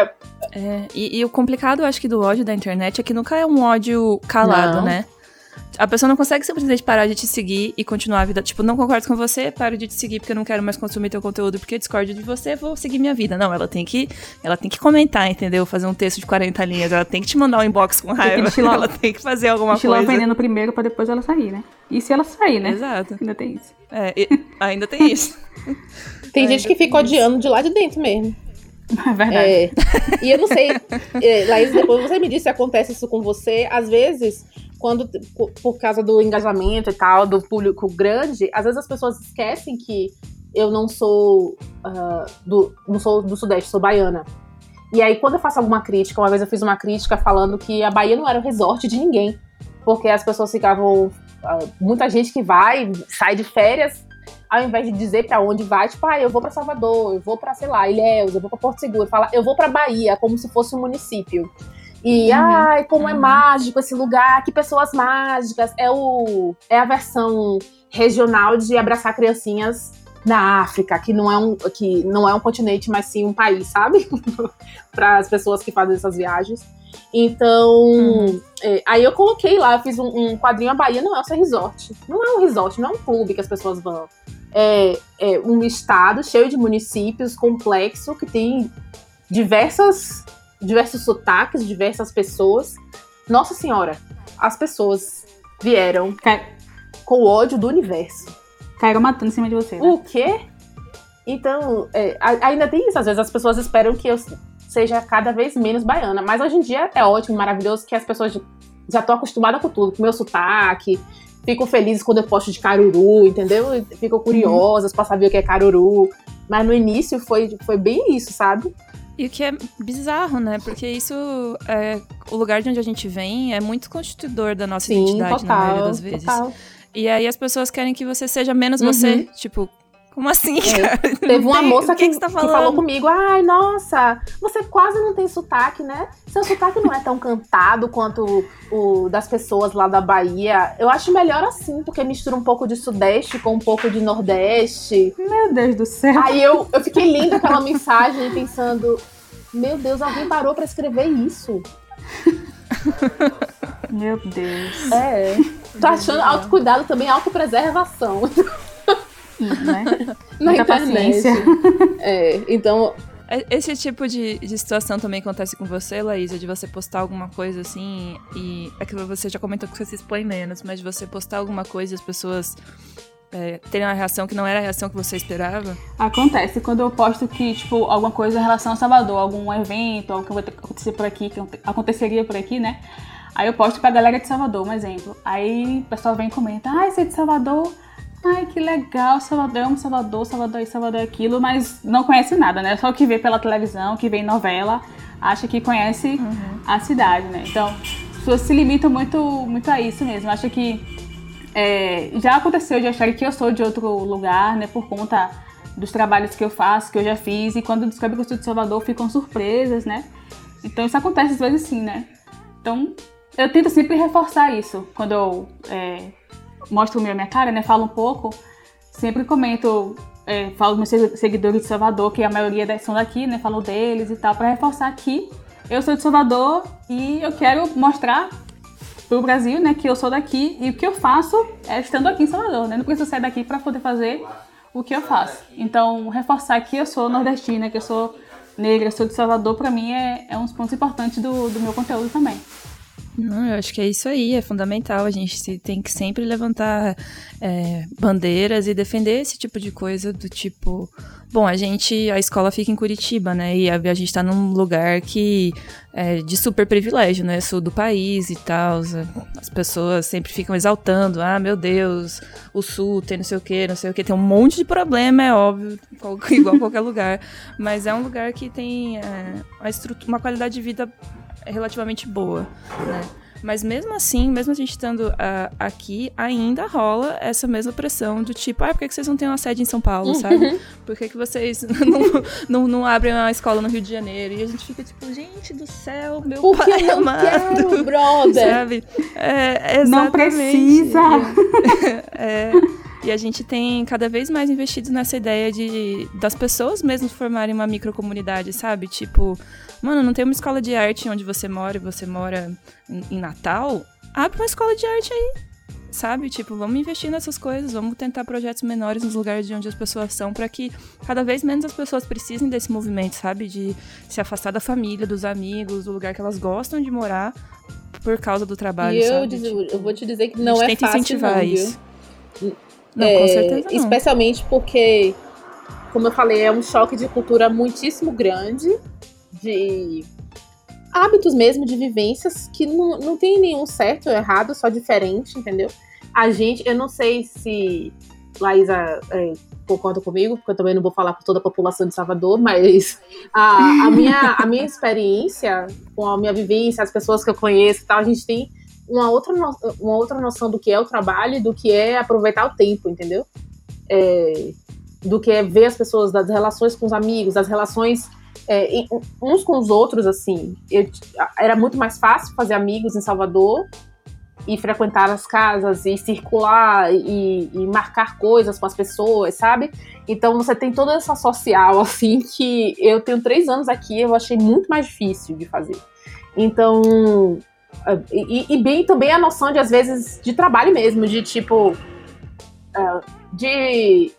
É, e, e o complicado, eu acho que do ódio da internet é que nunca é um ódio calado, não. né? A pessoa não consegue simplesmente parar de te seguir e continuar a vida. Tipo, não concordo com você, paro de te seguir porque eu não quero mais consumir teu conteúdo, porque eu discordo de você, vou seguir minha vida. Não, ela tem que, ela tem que comentar, entendeu? Fazer um texto de quarenta linhas, ela tem que te mandar um inbox com raiva, tem ela tem que fazer alguma coisa. Estilar o veneno primeiro pra depois ela sair, né? E se ela sair, né? Exato. Ainda tem isso. É, e, ainda tem isso. Tem gente que fica odiando de lá de dentro mesmo. É verdade. É, e eu não sei, é, Laís, depois você me disse se acontece isso com você. Às vezes, quando por causa do engajamento e tal, do público grande, às vezes as pessoas esquecem que eu não sou, uh, do, não sou do Sudeste, sou baiana. E aí, quando eu faço alguma crítica, uma vez eu fiz uma crítica falando que a Bahia não era o resort de ninguém, porque as pessoas ficavam... Uh, muita gente que vai, sai de férias, ao invés de dizer pra onde vai, tipo, ah, eu vou pra Salvador, eu vou pra, sei lá, Ilhéus, eu vou pra Porto Seguro, fala, eu vou pra Bahia, como se fosse um município. E, uhum, ai, como uhum. é mágico esse lugar, que pessoas mágicas. É, o, é a versão regional de abraçar criancinhas na África, que não é um, que não é um continente, mas sim um país, sabe? Para as pessoas que fazem essas viagens. Então, uhum. é, aí eu coloquei lá, fiz um, um quadrinho, a Bahia não é o seu resort. Não é um resort, não é um clube que as pessoas vão. É, é um estado cheio de municípios, complexo, que tem diversas, diversos sotaques, diversas pessoas. Nossa Senhora, as pessoas vieram Cai... com o ódio do universo. Caiu matando em cima de você, né? O quê? Então, é, ainda tem isso. Às vezes as pessoas esperam que eu seja cada vez menos baiana. Mas hoje em dia é ótimo, maravilhoso, que as pessoas já estão acostumadas com tudo, com o meu sotaque. Ficam felizes quando eu posto de Caruru, entendeu? Ficam curiosas uhum. pra saber o que é Caruru. Mas no início foi, foi bem isso, sabe? E o que é bizarro, né? Porque isso, é, o lugar de onde a gente vem é muito constituidor da nossa Sim, identidade, total, na maioria das vezes. Total. E aí as pessoas querem que você seja menos uhum. você. Tipo, como assim, é. cara? Teve uma tem, moça que, que, que, tá que falou comigo, ai, nossa, você quase não tem sotaque, né? Seu sotaque não é tão cantado quanto o das pessoas lá da Bahia. Eu acho melhor assim, porque mistura um pouco de Sudeste com um pouco de Nordeste. Meu Deus do céu. Aí eu, eu fiquei lendo aquela mensagem pensando, meu Deus, alguém parou pra escrever isso. Meu Deus. É. Tô achando autocuidado também, autopreservação. Né? Na Muita internet. É, então... Esse tipo de, de situação também acontece com você, Laísa, de você postar alguma coisa assim, e é que você já comentou que você se expõe menos, mas de você postar alguma coisa e as pessoas é, terem uma reação que não era a reação que você esperava? Acontece, quando eu posto que, tipo, alguma coisa em relação a Salvador, algum evento, algo que vai acontecer por aqui, que aconteceria por aqui, né? Aí eu posto pra galera de Salvador, um exemplo. Aí o pessoal vem e comenta, ai, você é de Salvador? ai, que legal, Salvador, amo Salvador, Salvador e Salvador é aquilo, mas não conhece nada, né? Só o que vê pela televisão, que vê em novela, acha que conhece uhum. a cidade, né? Então, as pessoas se limitam muito, muito a isso mesmo. Acho que é, já aconteceu de achar que eu sou de outro lugar, né? Por conta dos trabalhos que eu faço, que eu já fiz, e quando descobrem que eu sou de Salvador, ficam surpresas, né? Então, isso acontece às vezes sim, né? Então, eu tento sempre reforçar isso. Quando eu é, mostro a minha cara, né? Falo um pouco, sempre comento, é, falo dos meus seguidores de Salvador, que a maioria são daqui, né? Falo deles e tal, para reforçar que eu sou de Salvador e eu quero mostrar pro Brasil, né? Que eu sou daqui e o que eu faço é estando aqui em Salvador, né? Não preciso sair daqui para poder fazer o que eu faço. Então, reforçar que eu sou nordestina, que eu sou negra, eu sou de Salvador, para mim é, é um dos pontos importantes do, do meu conteúdo também. Não, eu acho que é isso aí, é fundamental. A gente tem que sempre levantar é, bandeiras e defender esse tipo de coisa do tipo... Bom, a gente, a escola fica em Curitiba, né? E a, a gente tá num lugar que é de super privilégio, né? Sul do país e tal. As pessoas sempre ficam exaltando. Ah, meu Deus, o Sul tem não sei o quê, não sei o quê. Tem um monte de problema, é óbvio, igual qualquer lugar. Mas é um lugar que tem é, uma, estrutura, uma qualidade de vida relativamente boa, né? Mas mesmo assim, mesmo a gente estando uh, aqui, ainda rola essa mesma pressão do tipo, ah, por que, que vocês não têm uma sede em São Paulo, uhum. sabe? Por que, que vocês não, não, não abrem uma escola no Rio de Janeiro? E a gente fica tipo, gente do céu, meu Por pai eu amado. Quero, brother. Sabe? É, exatamente. Não precisa. É, e a gente tem cada vez mais investido nessa ideia de das pessoas mesmo formarem uma microcomunidade, sabe? Tipo, mano, não tem uma escola de arte onde você mora e você mora em, em Natal? Abre uma escola de arte aí, sabe? Tipo, vamos investir nessas coisas, vamos tentar projetos menores nos lugares de onde as pessoas são, para que cada vez menos as pessoas precisem desse movimento, sabe? De se afastar da família, dos amigos, do lugar que elas gostam de morar por causa do trabalho, e eu, sabe? diz, Tipo, eu vou te dizer que não é tenta fácil incentivar não, isso. Viu? Não, é, com certeza não. Especialmente porque, como eu falei, é um choque de cultura muitíssimo grande, de hábitos mesmo, de vivências, que não, não tem nenhum certo ou errado, só diferente, entendeu? A gente, eu não sei se Laísa é, concorda comigo, porque eu também não vou falar por toda a população de Salvador, mas a, a, minha, a minha experiência, com a minha vivência, as pessoas que eu conheço e tal, a gente tem uma outra, no, uma outra noção do que é o trabalho e do que é aproveitar o tempo, entendeu? É, do que é ver as pessoas, das relações com os amigos, das relações é, uns com os outros, assim. Eu, era muito mais fácil fazer amigos em Salvador e frequentar as casas e circular e, e marcar coisas com as pessoas, sabe? Então você tem toda essa social, assim, que eu tenho três anos aqui, eu achei muito mais difícil de fazer. Então... E, e bem também a noção de, às vezes, de trabalho mesmo, de tipo, uh, de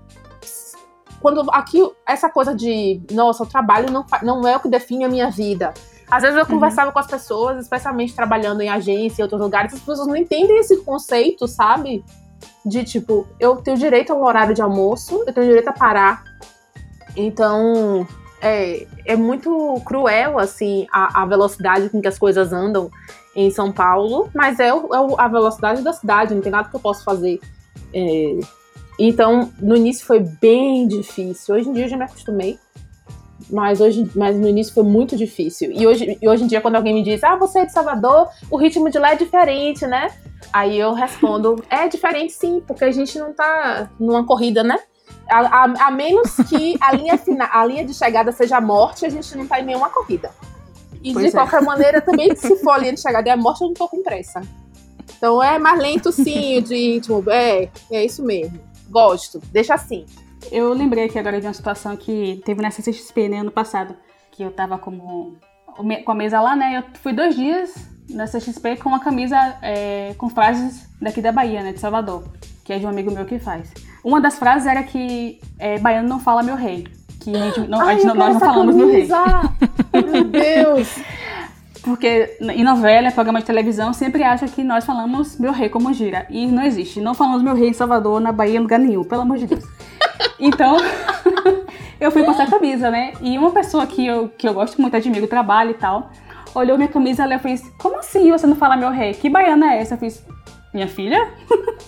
quando aqui, essa coisa de nossa, o trabalho não, não é o que define a minha vida. Às vezes eu uhum. conversava com as pessoas, especialmente trabalhando em agência e outros lugares, as pessoas não entendem esse conceito, sabe? De tipo, eu tenho direito a um horário de almoço, eu tenho direito a parar. Então... É, é muito cruel, assim, a, a velocidade com que as coisas andam em São Paulo, mas é, o, é o, a velocidade da cidade, não tem nada que eu possa fazer. É, então, no início foi bem difícil. Hoje em dia eu já me acostumei, mas, hoje, mas no início foi muito difícil. E hoje, e hoje em dia, quando alguém me diz, ah, você é de Salvador, o ritmo de lá é diferente, né? Aí eu respondo, é diferente sim, porque a gente não tá numa corrida, né? A, a, a menos que a linha, final, a linha de chegada seja a morte, a gente não tá em nenhuma corrida. E pois de é. qualquer maneira, também, se for a linha de chegada e a morte, eu não tô com pressa. Então é mais lento sim, de íntimo. É, é isso mesmo. Gosto, deixa assim. Eu lembrei aqui agora de uma situação que teve na C C X P, né, ano passado, que eu tava como, com a mesa lá, né, eu fui dois dias na C C X P com uma camisa é, com frases daqui da Bahia, né, de Salvador, que é de um amigo meu que faz. Uma das frases era que é, baiano não fala meu rei. Que a gente não, Ai, a gente não, nós não falamos camisa. Meu rei. Meu Deus! Porque em novela, programa de televisão, sempre acha que nós falamos meu rei como gira. E não existe. Não falamos meu rei em Salvador, na Bahia, em lugar nenhum. Pelo amor de Deus. Então, eu fui com essa camisa, né? E uma pessoa que eu, que eu gosto muito, admiro o trabalho e tal, olhou minha camisa e ela fez, como assim você não fala meu rei? Que baiana é essa? Eu fiz, minha filha?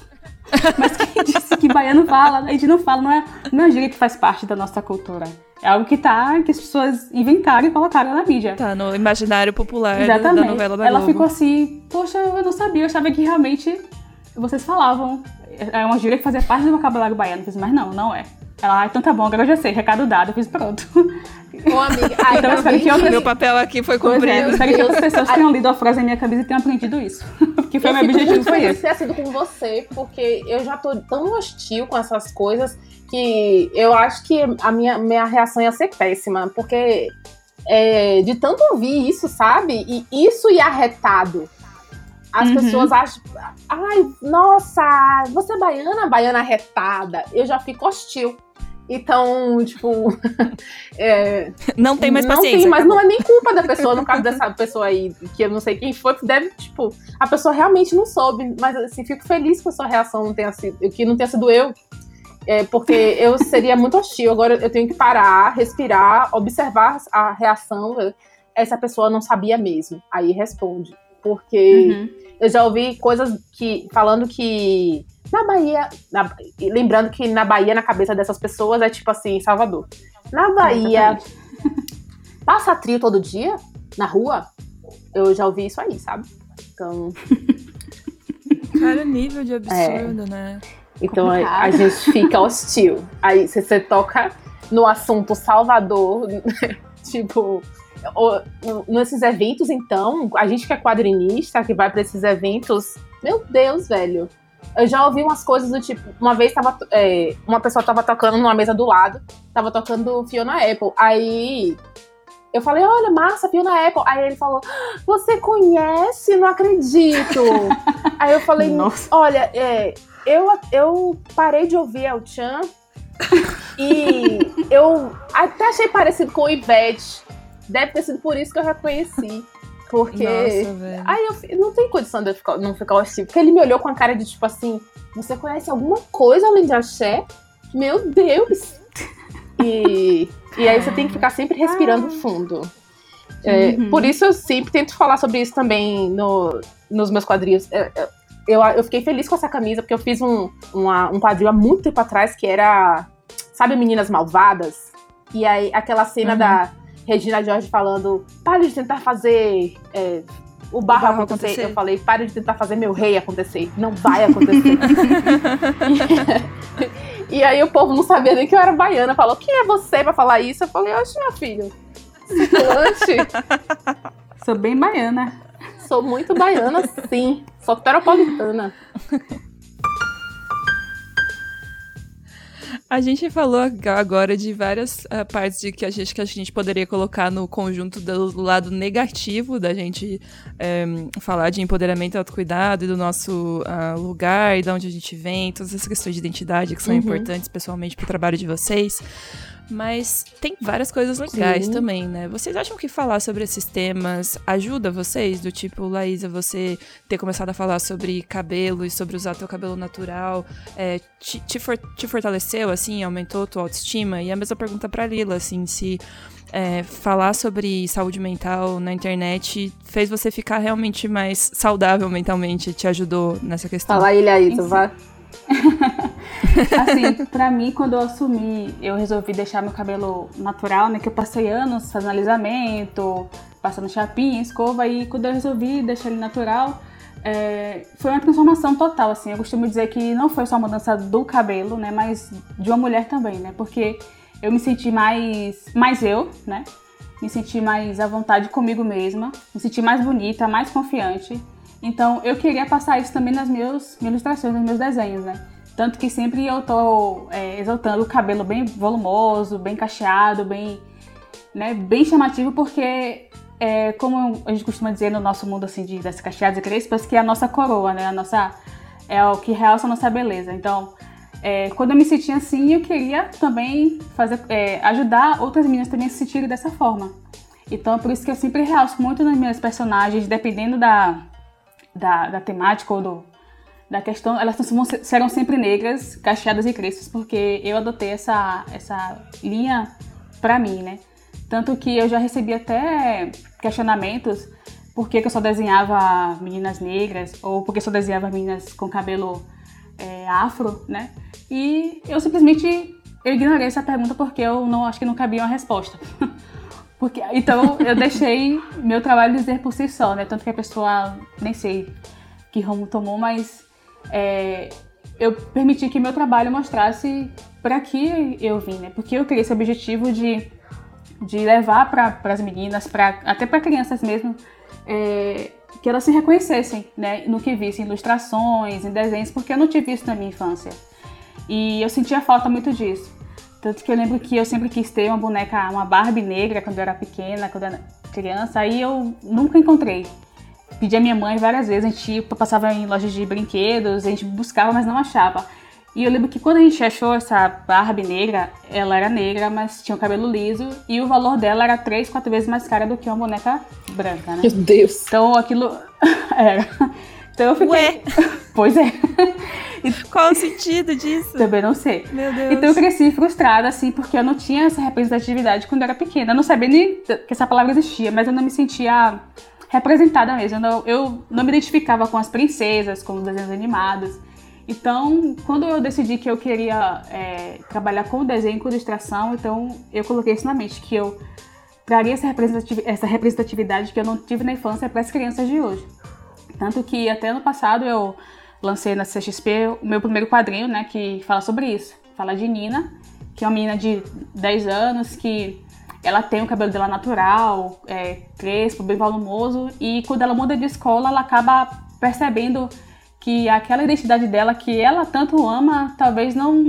Mas quem disse que baiano fala? A gente não fala, não é, não é gíria que faz parte da nossa cultura. É algo que tá, que as pessoas inventaram e colocaram na mídia. Tá no imaginário popular. Exatamente. Da novela da Ela Globo. ficou assim, poxa, eu não sabia, eu achava que realmente vocês falavam. É uma gíria que fazia parte do vocabulário baiano. Eu fiz, mas não, não é. Ela, ah, então tá bom, agora eu já sei, recado dado. Eu fiz, pronto. Ô, amiga, ai, então eu espero que outras... Meu papel aqui foi Pois cumprido. é, eu espero que outras pessoas tenham lido a frase na minha camisa e tenham aprendido isso. Porque foi eu meu objetivo, foi esse. ter sido com você, porque eu já tô tão hostil com essas coisas que eu acho que a minha, minha reação ia ser péssima, porque é, de tanto ouvir isso, sabe? E isso ia arretado. As uhum. pessoas acham, ai, nossa, você é baiana, baiana arretada. Eu já fico hostil. Então, tipo... é, não tem mais paciência. Não tem, mas não é nem culpa da pessoa, no caso dessa pessoa aí, que eu não sei quem foi, deve, tipo... A pessoa realmente não soube, mas, assim, fico feliz que a sua reação não tenha sido... Que não tenha sido eu, é, porque eu seria muito hostil. Agora eu tenho que parar, respirar, observar a reação. Essa pessoa não sabia mesmo. Aí responde. Porque uhum. eu já ouvi coisas que, falando que... Na Bahia, na, lembrando que na Bahia, na cabeça dessas pessoas, é tipo assim, Salvador. Na Bahia, passa trio todo dia, na rua, eu já ouvi isso aí, sabe? Então... Cara, nível de absurdo, é. né? Então a, a gente fica hostil. Aí se você toca no assunto Salvador, tipo... Ou, nesses eventos, então, a gente que é quadrinista, que vai pra esses eventos, meu Deus, velho. Eu já ouvi umas coisas do tipo, uma vez tava, é, uma pessoa tava tocando numa mesa do lado, tava tocando Fiona Apple, aí eu falei, olha, massa, Fiona Apple, aí ele falou, você conhece? Não acredito. Aí eu falei, nossa. olha, é, eu, eu parei de ouvir El Chan e eu até achei parecido com o Ivete, deve ter sido por isso que eu reconheci. Porque. Nossa, aí eu não tem condição de eu ficar, não ficar hostil. Porque ele me olhou com a cara de tipo assim: você conhece alguma coisa além de axé? Meu Deus! E, e aí você tem que ficar sempre respirando fundo. É, uhum. Por isso eu sempre tento falar sobre isso também no, nos meus quadrinhos. Eu, eu, eu fiquei feliz com essa camisa, porque eu fiz um, uma, um quadrinho há muito tempo atrás que era. Sabe, Meninas Malvadas? E aí aquela cena uhum. da. Regina George falando, pare de tentar fazer é, o barro, o barro acontecer. acontecer. Eu falei, pare de tentar fazer meu rei acontecer. Não vai acontecer. e, e aí o povo não sabia nem que eu era baiana. Falou, quem é você pra falar isso? Eu falei, oxe, meu filho. Circulante. Sou bem baiana. Sou muito baiana, sim. Sou peropolitana. A gente falou agora de várias uh, partes de que a, gente, que a gente poderia colocar no conjunto do lado negativo da gente um, falar de empoderamento e autocuidado e do nosso uh, lugar e de onde a gente vem, todas essas questões de identidade que são uhum. importantes pessoalmente para o trabalho de vocês. Mas tem várias coisas legais Sim. também, né? Vocês acham que falar sobre esses temas ajuda vocês? Do tipo, Laísa, você ter começado a falar sobre cabelo e sobre usar teu cabelo natural, é, te, te, for, te fortaleceu, assim, aumentou tua autoestima? E a mesma pergunta pra Lila, assim, se é, falar sobre saúde mental na internet fez você ficar realmente mais saudável mentalmente, te ajudou nessa questão? Fala aí, Laísa, vai. Assim, pra mim, quando eu assumi, eu resolvi deixar meu cabelo natural, né? Que eu passei anos fazendo alisamento, passando chapinha, escova, e quando eu resolvi deixar ele natural, é, foi uma transformação total, assim. Eu costumo dizer que não foi só uma mudança do cabelo, né? Mas de uma mulher também, né? Porque eu me senti mais, mais eu, né? Me senti mais à vontade comigo mesma, me senti mais bonita, mais confiante. Então, eu queria passar isso também nas minhas ilustrações, nos meus desenhos, né? Tanto que sempre eu tô é, exaltando o cabelo bem volumoso, bem cacheado, bem, né, bem chamativo, porque, é, como a gente costuma dizer no nosso mundo, assim, de, das cacheadas e crespas, que é a nossa coroa, né? A nossa, é o que realça a nossa beleza. Então, é, quando eu me sentia assim, eu queria também fazer, é, ajudar outras meninas também a se sentirem dessa forma. Então, por isso que eu sempre realço muito nas minhas personagens, dependendo da... Da, da temática ou do, da questão, elas serão sempre negras, cacheadas e crespas, porque eu adotei essa, essa linha pra mim, né? Tanto que eu já recebi até questionamentos por que, que eu só desenhava meninas negras, ou por que eu só desenhava meninas com cabelo é, afro, né? E eu simplesmente eu ignorei essa pergunta porque eu não acho que não cabia uma resposta. Porque, então eu deixei meu trabalho dizer por si só, né? Tanto que a pessoa, nem sei que rumo tomou, mas é, eu permiti que meu trabalho mostrasse para que eu vim, né? Porque eu criei esse objetivo de, de levar para as meninas, pra, até para crianças mesmo, é, que elas se reconhecessem, né? No que vissem, ilustrações, em desenhos, porque eu não tive isso na minha infância. E eu sentia falta muito disso. Tanto que eu lembro que eu sempre quis ter uma boneca, uma Barbie negra quando eu era pequena, quando eu era criança, aí eu nunca encontrei. Pedi a minha mãe várias vezes, a gente passava em lojas de brinquedos, a gente buscava, mas não achava. E eu lembro que quando a gente achou essa Barbie negra, ela era negra, mas tinha o cabelo liso, e o valor dela era três, quatro vezes mais cara do que uma boneca branca, né? Meu Deus! Então aquilo... era... Então eu fiquei... Ué? Pois é. Qual o sentido disso? Também não sei. Meu Deus. Então eu cresci frustrada, assim, porque eu não tinha essa representatividade quando eu era pequena. Eu não sabia nem que essa palavra existia, mas eu não me sentia representada mesmo. Eu não, eu não me identificava com as princesas, com os desenhos animados. Então, quando eu decidi que eu queria é, trabalhar com desenho e com ilustração, então eu coloquei isso na mente, que eu traria essa representatividade, essa representatividade que eu não tive na infância para as crianças de hoje. Tanto que até ano passado eu lancei na C X P o meu primeiro quadrinho, né, que fala sobre isso. Fala de Nina, que é uma menina de dez anos, que ela tem o cabelo dela natural, é, crespo, bem volumoso, e quando ela muda de escola, ela acaba percebendo que aquela identidade dela, que ela tanto ama, talvez não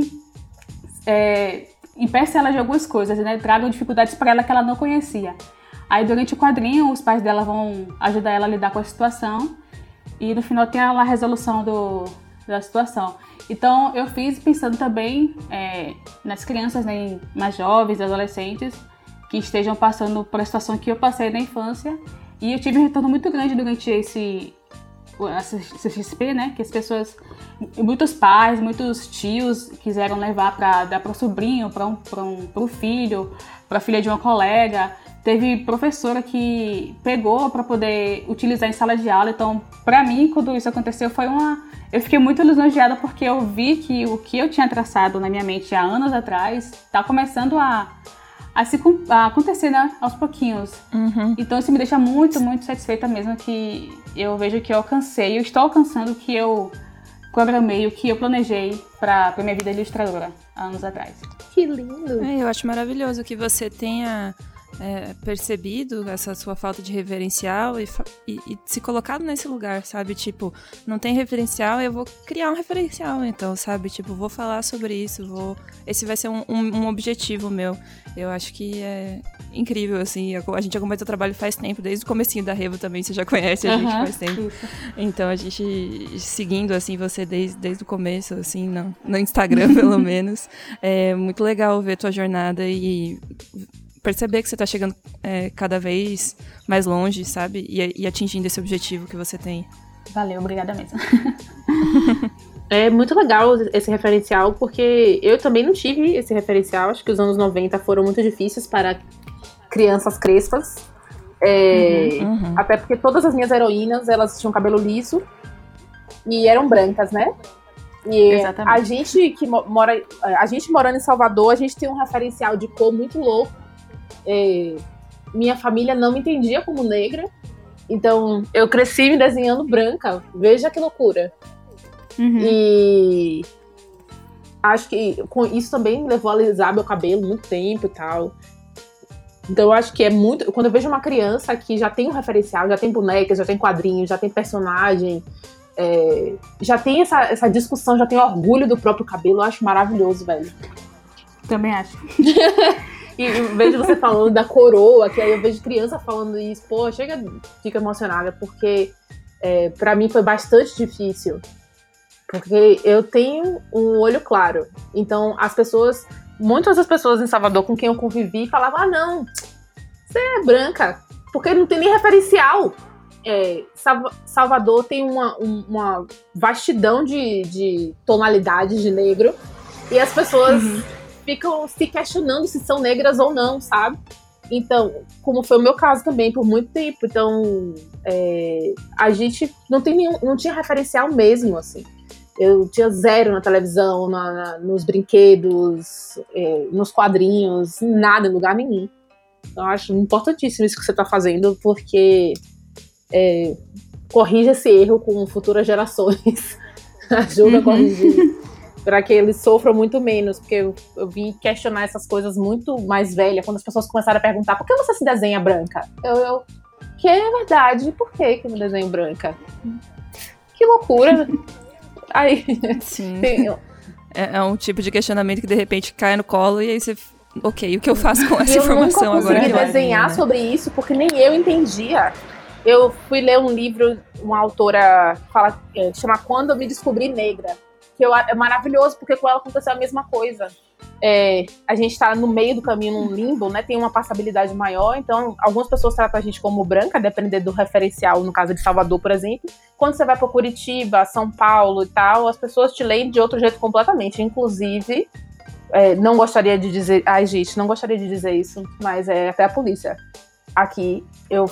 é, impeça ela de algumas coisas, né, tragam dificuldades para ela que ela não conhecia. Aí durante o quadrinho, os pais dela vão ajudar ela a lidar com a situação, e no final tem a resolução do, da situação. Então eu fiz pensando também é, nas crianças, né, mais jovens, adolescentes, que estejam passando por a situação que eu passei na infância. E eu tive um retorno muito grande durante esse C X P, né? Que as pessoas, muitos pais, muitos tios quiseram levar para dar para o sobrinho, para um, para um, para o filho, para a filha de uma colega. Teve professora que pegou para poder utilizar em sala de aula. Então, para mim, quando isso aconteceu, foi uma... Eu fiquei muito lisonjeada porque eu vi que o que eu tinha traçado na minha mente há anos atrás está começando a, a, se, a acontecer, né, aos pouquinhos. Uhum. Então, isso me deixa muito, muito satisfeita mesmo, que eu vejo que eu alcancei, eu estou alcançando o que eu programei, o que eu planejei para a minha vida ilustradora há anos atrás. Que lindo! É, eu acho maravilhoso que você tenha... É, percebido essa sua falta de referencial e, e, e se colocado nesse lugar, sabe? Tipo, não tem referencial, eu vou criar um referencial, então, sabe? Tipo, vou falar sobre isso, vou... Esse vai ser um, um, um objetivo meu. Eu acho que é incrível, assim. A gente acompanha o trabalho faz tempo, desde o comecinho da Revo também, você já conhece a gente uhum, faz tempo. Isso. Então, a gente seguindo, assim, você desde, desde o começo, assim, no, no Instagram, pelo menos. É muito legal ver tua jornada e... perceber que você tá chegando é, cada vez mais longe, sabe? E, e atingindo esse objetivo que você tem. Valeu, obrigada mesmo. É muito legal esse referencial, porque eu também não tive esse referencial. Acho que os anos noventa foram muito difíceis para crianças crespas. É, uhum, uhum. Até porque todas as minhas heroínas, elas tinham cabelo liso e eram brancas, né? E exatamente. a gente que mora, a gente morando em Salvador, a gente tem um referencial de cor muito louco. É, minha família não me entendia como negra, então eu cresci me desenhando branca. Veja que loucura. Uhum. E acho que com isso também me levou a alisar meu cabelo muito tempo e tal. Então eu acho que é muito... Quando eu vejo uma criança que já tem um referencial, já tem boneca, já tem quadrinho, já tem personagem, é, já tem essa, essa discussão, já tem orgulho do próprio cabelo, eu acho maravilhoso, velho. Também acho. E eu vejo você falando da coroa, que aí eu vejo criança falando isso, pô, chega, fica emocionada, porque é, pra mim foi bastante difícil, porque eu tenho um olho claro, então as pessoas, muitas das pessoas em Salvador com quem eu convivi falavam, ah não, você é branca, porque não tem nem referencial. É, Salvador tem uma, uma vastidão de, de tonalidades de negro, e as pessoas... Uhum. ficam se questionando se são negras ou não, sabe? Então, como foi o meu caso também por muito tempo, então é, a gente não, tem nenhum, não tinha referencial mesmo, assim. Eu tinha zero na televisão, na, na, nos brinquedos, é, nos quadrinhos, nada, em lugar nenhum. Então, eu acho importantíssimo isso que você está fazendo, porque é, corrige esse erro com futuras gerações. Ajuda uhum. a corrigir, para que eles sofram muito menos, porque eu, eu vim questionar essas coisas muito mais velhas, quando as pessoas começaram a perguntar, por que você se desenha branca? Eu, eu que é verdade, por que que eu me desenho branca? Que loucura! Aí, sim. Tem, é, é um tipo de questionamento que de repente cai no colo e aí você... Ok, o que eu faço com essa eu informação agora? Eu nunca consegui desenhar né? sobre isso, porque nem eu entendia. Eu fui ler um livro, uma autora fala, é, chama Quando Eu Me Descobri Negra, que eu, é maravilhoso, porque com ela aconteceu a mesma coisa. É, a gente está no meio do caminho, num limbo, né? Tem uma passabilidade maior, então algumas pessoas tratam a gente como branca, dependendo do referencial, no caso de Salvador, por exemplo. Quando você vai para Curitiba, São Paulo e tal, as pessoas te leem de outro jeito completamente, inclusive... É, não gostaria de dizer... Ai, gente, não gostaria de dizer isso, mas é até a polícia. Aqui, eu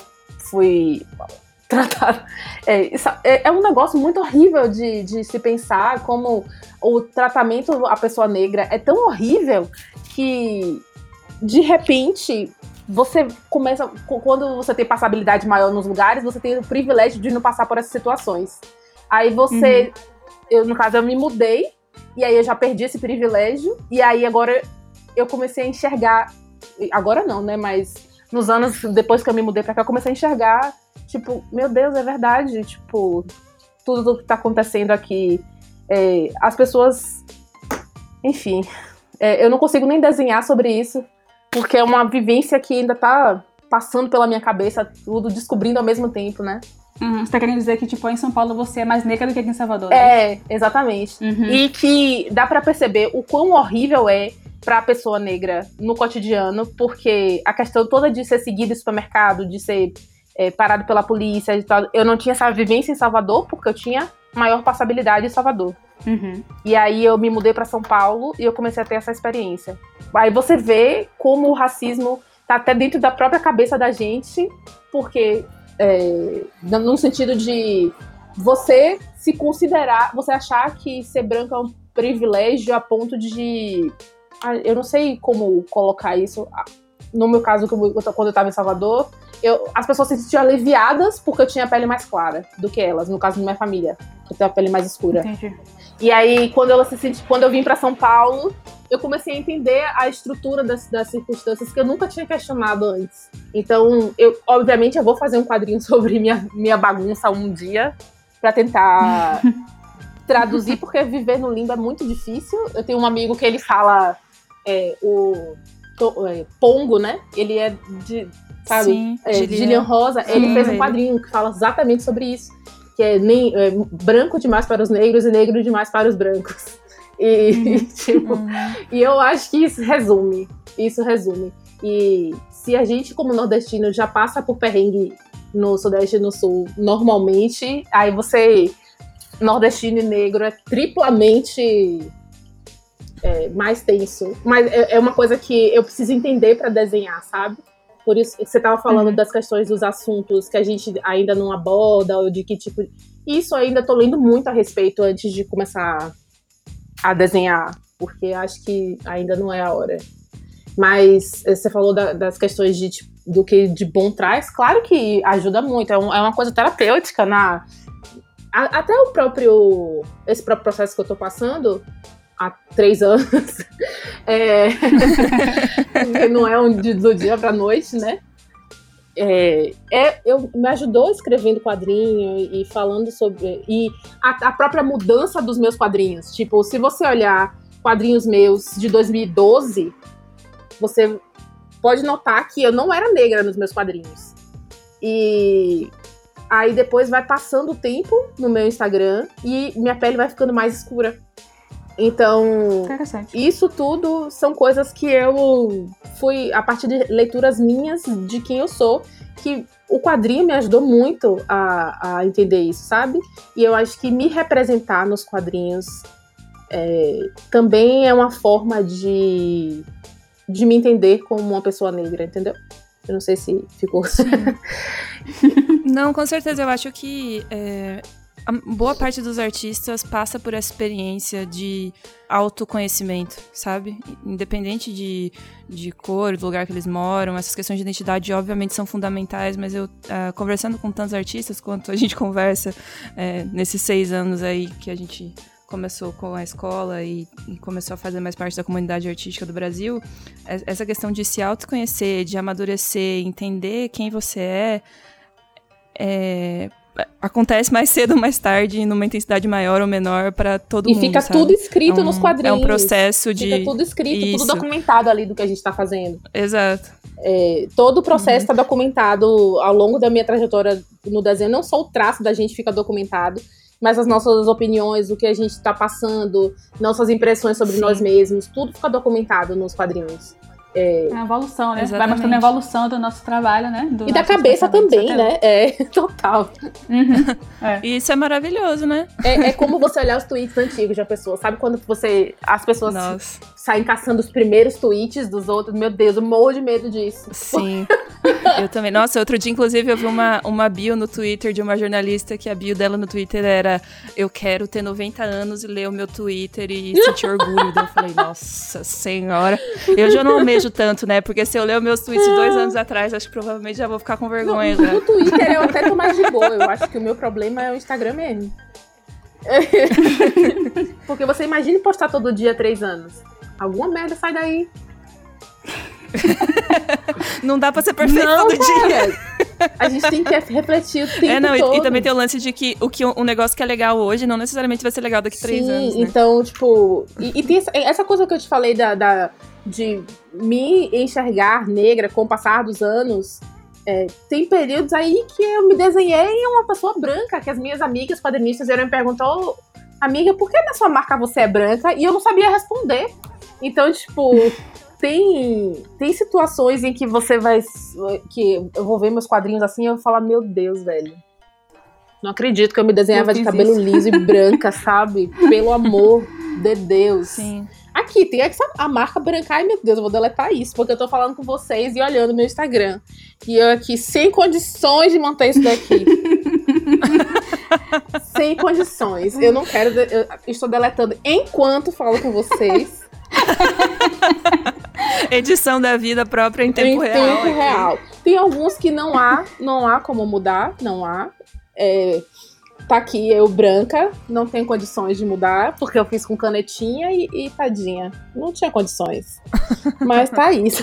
fui tratada... É, é um negócio muito horrível de, de se pensar, como o tratamento à pessoa negra é tão horrível que, de repente, você começa... Quando você tem passabilidade maior nos lugares, você tem o privilégio de não passar por essas situações. Aí você... Uhum. Eu, no caso, eu me mudei, e aí eu já perdi esse privilégio, e aí agora eu comecei a enxergar, agora não, né, mas nos anos depois que eu me mudei pra cá, eu comecei a enxergar, tipo, meu Deus, é verdade, tipo, tudo que tá acontecendo aqui, é, as pessoas, enfim, é, eu não consigo nem desenhar sobre isso, porque é uma vivência que ainda tá passando pela minha cabeça, tudo, descobrindo ao mesmo tempo, né. Uhum. Você tá querendo dizer que, tipo, em São Paulo você é mais negra do que aqui em Salvador? É, né? Exatamente. Uhum. E que dá pra perceber o quão horrível é pra pessoa negra no cotidiano, porque a questão toda de ser seguido em supermercado, de ser é, parado pela polícia e tal, eu não tinha essa vivência em Salvador, porque eu tinha maior passabilidade em Salvador. Uhum. E aí eu me mudei pra São Paulo e eu comecei a ter essa experiência. Aí você vê como o racismo tá até dentro da própria cabeça da gente, porque... É, no sentido de você se considerar, você achar que ser branco é um privilégio a ponto de... Eu não sei como colocar isso. No meu caso, quando eu estava em Salvador, eu, as pessoas se sentiam aliviadas porque eu tinha a pele mais clara do que elas, no caso da minha família, que eu tenho a pele mais escura. Entendi. E aí, quando, ela se senti, quando eu vim para São Paulo, eu comecei a entender a estrutura das, das circunstâncias que eu nunca tinha questionado antes. Então, eu, obviamente, eu vou fazer um quadrinho sobre minha, minha bagunça um dia, para tentar traduzir, porque viver no limbo é muito difícil. Eu tenho um amigo que ele fala é, o to, é, Pongo, né? Ele é de, sabe? Sim, é, Gillian Rosa. Sim, ele fez um quadrinho que fala exatamente sobre isso. Que é, nem, é branco demais para os negros e negro demais para os brancos. E, uhum. tipo, uhum. e eu acho que isso resume. Isso resume. E se a gente, como nordestino, já passa por perrengue no Sudeste e no Sul, normalmente, aí você, nordestino e negro, é triplamente é, mais tenso. Mas é, é uma coisa que eu preciso entender para desenhar, sabe? Por isso que você estava falando uhum. das questões dos assuntos que a gente ainda não aborda, ou de que tipo... Isso eu ainda estou lendo muito a respeito antes de começar a desenhar, porque acho que ainda não é a hora. Mas você falou da, das questões de, tipo, do que de bom traz, claro que ajuda muito, é, um, é uma coisa terapêutica, na, a, até o próprio, esse próprio processo que eu tô passando há três anos, é, não é um, do dia pra noite, né? É, é, eu, me ajudou escrevendo quadrinho e, e falando sobre... E a, a própria mudança dos meus quadrinhos. Tipo, se você olhar quadrinhos meus de dois mil e doze, você pode notar que eu não era negra nos meus quadrinhos. E aí depois vai passando o tempo no meu Instagram e minha pele vai ficando mais escura. Então, isso tudo são coisas que eu fui, a partir de leituras minhas, de quem eu sou, que o quadrinho me ajudou muito a, a entender isso, sabe? E eu acho que me representar nos quadrinhos é, também é uma forma de, de me entender como uma pessoa negra, entendeu? Eu não sei se ficou... Não, com certeza, eu acho que... É... a boa parte dos artistas passa por essa experiência de autoconhecimento, sabe? Independente de, de cor, do lugar que eles moram, essas questões de identidade obviamente são fundamentais, mas eu, uh, conversando com tantos artistas quanto a gente conversa é, nesses seis anos aí que a gente começou com a escola e, e começou a fazer mais parte da comunidade artística do Brasil, essa questão de se autoconhecer, de amadurecer, entender quem você é, é acontece mais cedo ou mais tarde, numa intensidade maior ou menor para todo e mundo, E fica sabe? tudo escrito é um, nos quadrinhos. É um processo de... Fica tudo escrito, Isso. tudo documentado ali do que a gente tá fazendo. Exato. É, todo o processo está uhum. documentado ao longo da minha trajetória no desenho. Não só o traço da gente fica documentado, mas as nossas opiniões, o que a gente está passando, nossas impressões sobre Sim. nós mesmos, tudo fica documentado nos quadrinhos. É, é a evolução, né? Exatamente. Vai mostrando a evolução do nosso trabalho, né? Do e da cabeça também, né? É, total. Uhum. É. E isso é maravilhoso, né? É, é como você olhar os tweets antigos de uma pessoa. Sabe quando você as pessoas Nossa. saem caçando os primeiros tweets dos outros? Meu Deus, eu morro de medo disso. Sim, eu também. Nossa, outro dia, inclusive, eu vi uma, uma bio no Twitter de uma jornalista que a bio dela no Twitter era: eu quero ter noventa anos e ler o meu Twitter e sentir orgulho. Daí eu falei, nossa senhora, eu já não almejo tanto, né? Porque se eu ler os meus tweets de dois anos atrás, acho que provavelmente já vou ficar com vergonha. No, já. no Twitter eu até tô mais de boa. Eu acho que o meu problema é o Instagram mesmo. Porque você imagina postar todo dia três anos. Alguma merda sai daí. Não dá pra ser perfeito não, todo cara. dia. A gente tem que refletir o tempo é, não, todo. E, e também tem o lance de que o que um negócio que é legal hoje não necessariamente vai ser legal daqui a três Sim, anos, né? Então, tipo... E, e tem essa, essa coisa que eu te falei da, da, de me enxergar negra com o passar dos anos. É, tem períodos aí que eu me desenhei uma pessoa branca, que as minhas amigas quadrinistas vieram me perguntar: oh, amiga, por que na sua marca você é branca? E eu não sabia responder. Então, tipo... Tem, tem situações em que você vai... Que eu vou ver meus quadrinhos assim e eu vou falar, meu Deus, velho. Não acredito que eu me desenhava eu de cabelo isso. liso e branca, sabe? Pelo amor de Deus. Sim. Aqui, tem essa, a marca branca. Ai, meu Deus, eu vou deletar isso, porque eu tô falando com vocês e olhando meu Instagram. E eu aqui, sem condições de manter isso daqui. Sem condições. Eu não quero... Eu estou deletando enquanto falo com vocês. Edição da vida própria em tempo em real. Em tempo real. Tem alguns que não há, não há como mudar, não há. É, tá aqui eu branca, não tem condições de mudar, porque eu fiz com canetinha e, e tadinha. Não tinha condições. Mas tá isso.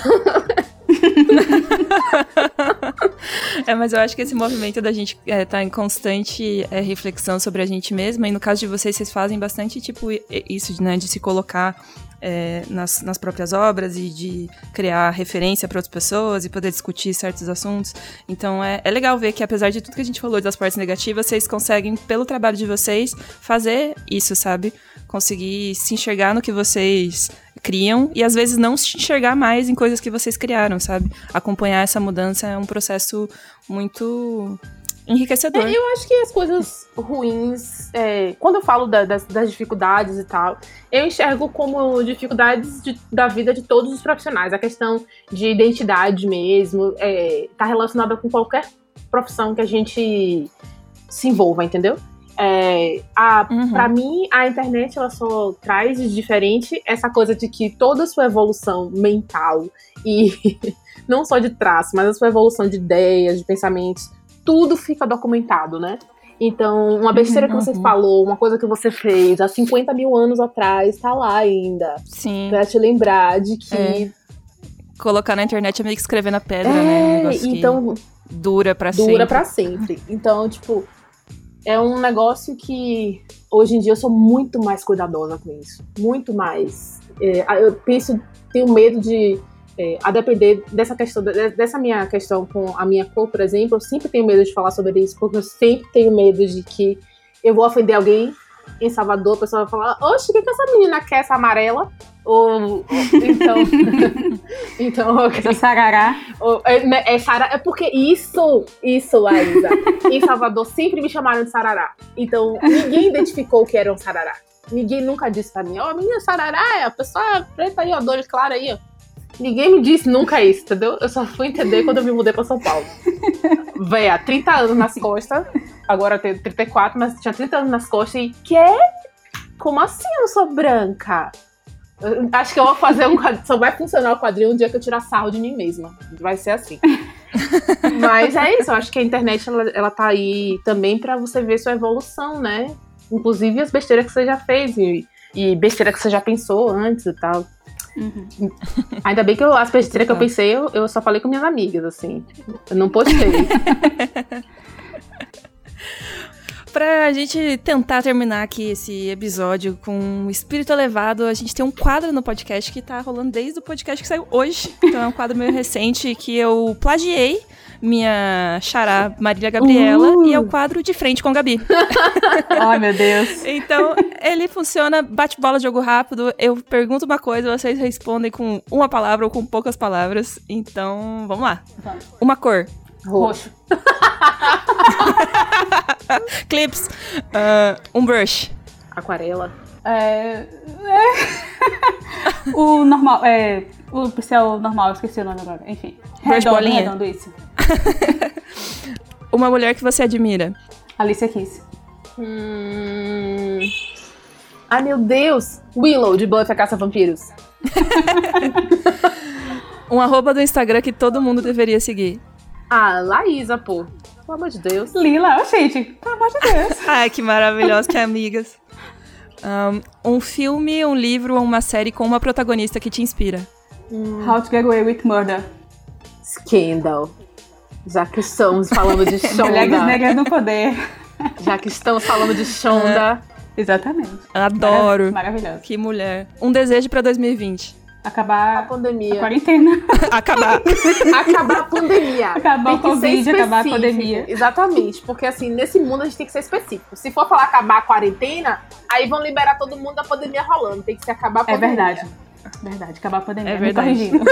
É, mas eu acho que esse movimento da gente é, tá em constante é, reflexão sobre a gente mesma, e no caso de vocês, vocês fazem bastante, tipo, isso, né, de se colocar é, nas, nas próprias obras e de criar referência para outras pessoas e poder discutir certos assuntos. Então é, é legal ver que, apesar de tudo que a gente falou das partes negativas, vocês conseguem, pelo trabalho de vocês, fazer isso, sabe? Conseguir se enxergar no que vocês criam e às vezes não se enxergar mais em coisas que vocês criaram, sabe? Acompanhar essa mudança é um processo muito enriquecedor. É, eu acho que as coisas ruins, é, quando eu falo da, das, das dificuldades e tal, eu enxergo como dificuldades de, da vida de todos os profissionais. A questão de identidade mesmo, é, tá relacionada com qualquer profissão que a gente se envolva, entendeu? É, a, uhum. Pra mim, a internet ela só traz de diferente essa coisa de que toda a sua evolução mental e não só de traço, mas a sua evolução de ideias, de pensamentos, tudo fica documentado, né? Então, uma besteira uhum, que você uhum. falou, uma coisa que você fez há cinquenta mil anos atrás, tá lá ainda. Sim. Pra te lembrar de que... É. Colocar na internet é meio que escrever na pedra, é, né? Um negócio então... que dura pra dura sempre. Dura pra sempre. Então, tipo... É um negócio que, hoje em dia, eu sou muito mais cuidadosa com isso. Muito mais. É, eu penso, tenho medo de, é, a depender dessa questão, dessa minha questão com a minha cor, por exemplo, eu sempre tenho medo de falar sobre isso, porque eu sempre tenho medo de que eu vou ofender alguém em Salvador, a pessoa vai falar, oxe, o que, que essa menina quer, essa amarela? Ou, ou então... então okay. Essa sarará. Ou, é, é, sarará, é porque isso, isso, Laísa, em Salvador sempre me chamaram de sarará. Então, ninguém identificou que era um sarará. Ninguém nunca disse pra mim, ó, oh, menina, sarará é a pessoa preta aí, ó, dor clara aí, ó. Ninguém me disse nunca isso, entendeu? Eu só fui entender quando eu me mudei pra São Paulo. Véia, trinta anos nas costas. Agora eu tenho trinta e quatro, mas tinha trinta anos nas costas. E que? Como assim eu não sou branca? Eu acho que eu vou fazer um quadrinho. Só vai funcionar o quadrinho um dia que eu tirar sarro de mim mesma. Vai ser assim. Mas é isso, eu acho que a internet ela, ela tá aí também pra você ver sua evolução, né? Inclusive as besteiras que você já fez e, e besteira que você já pensou antes e tal. Uhum. Ainda bem que eu, as besteiras que eu pensei, eu, eu só falei com minhas amigas, assim. Eu não postei. Pra gente tentar terminar aqui esse episódio com um espírito elevado, a gente tem um quadro no podcast que tá rolando desde o podcast que saiu hoje. Então é um quadro meio recente que eu plagiei minha xará Marília Gabriela uh. e é o quadro De Frente com Gabi. Ai, meu Deus. Então, ele funciona bate-bola, jogo rápido. Eu pergunto uma coisa, vocês respondem com uma palavra ou com poucas palavras. Então, vamos lá. Vamos. Uma cor. Roxo. Clips. Uh, um brush. Aquarela. É... o normal, é... O pincel normal, eu esqueci o nome agora. Enfim. Brush Redondo, bolinha. redondo, isso. Uma mulher que você admira. Alicia Keys. Hum... Ai, meu Deus. Willow, de Buffy a Caça-Vampiros. Um arroba do Instagram que todo mundo deveria seguir. Ah, Laísa, pô. Pelo amor de Deus. Lila, gente, pelo amor de Deus. Ai, que maravilhoso, que amigas. Um, um filme, um livro ou uma série com uma protagonista que te inspira. Hum. How to Get Away with Murder. Scandal. Já que estamos falando de Shonda. Mulheres negras no poder. Já que estamos falando de Shonda. É. Exatamente. Adoro. Maravilhoso. Que mulher. Um desejo pra dois mil e vinte. Acabar a pandemia. A quarentena. Acabar. Acabar a pandemia. Acabar o Covid, acabar a pandemia. Exatamente. Porque assim, nesse mundo a gente tem que ser específico. Se for falar acabar a quarentena, aí vão liberar todo mundo da pandemia rolando. Tem que ser acabar a pandemia. É verdade. Verdade. Acabar a pandemia. É verdade. Me corrigindo.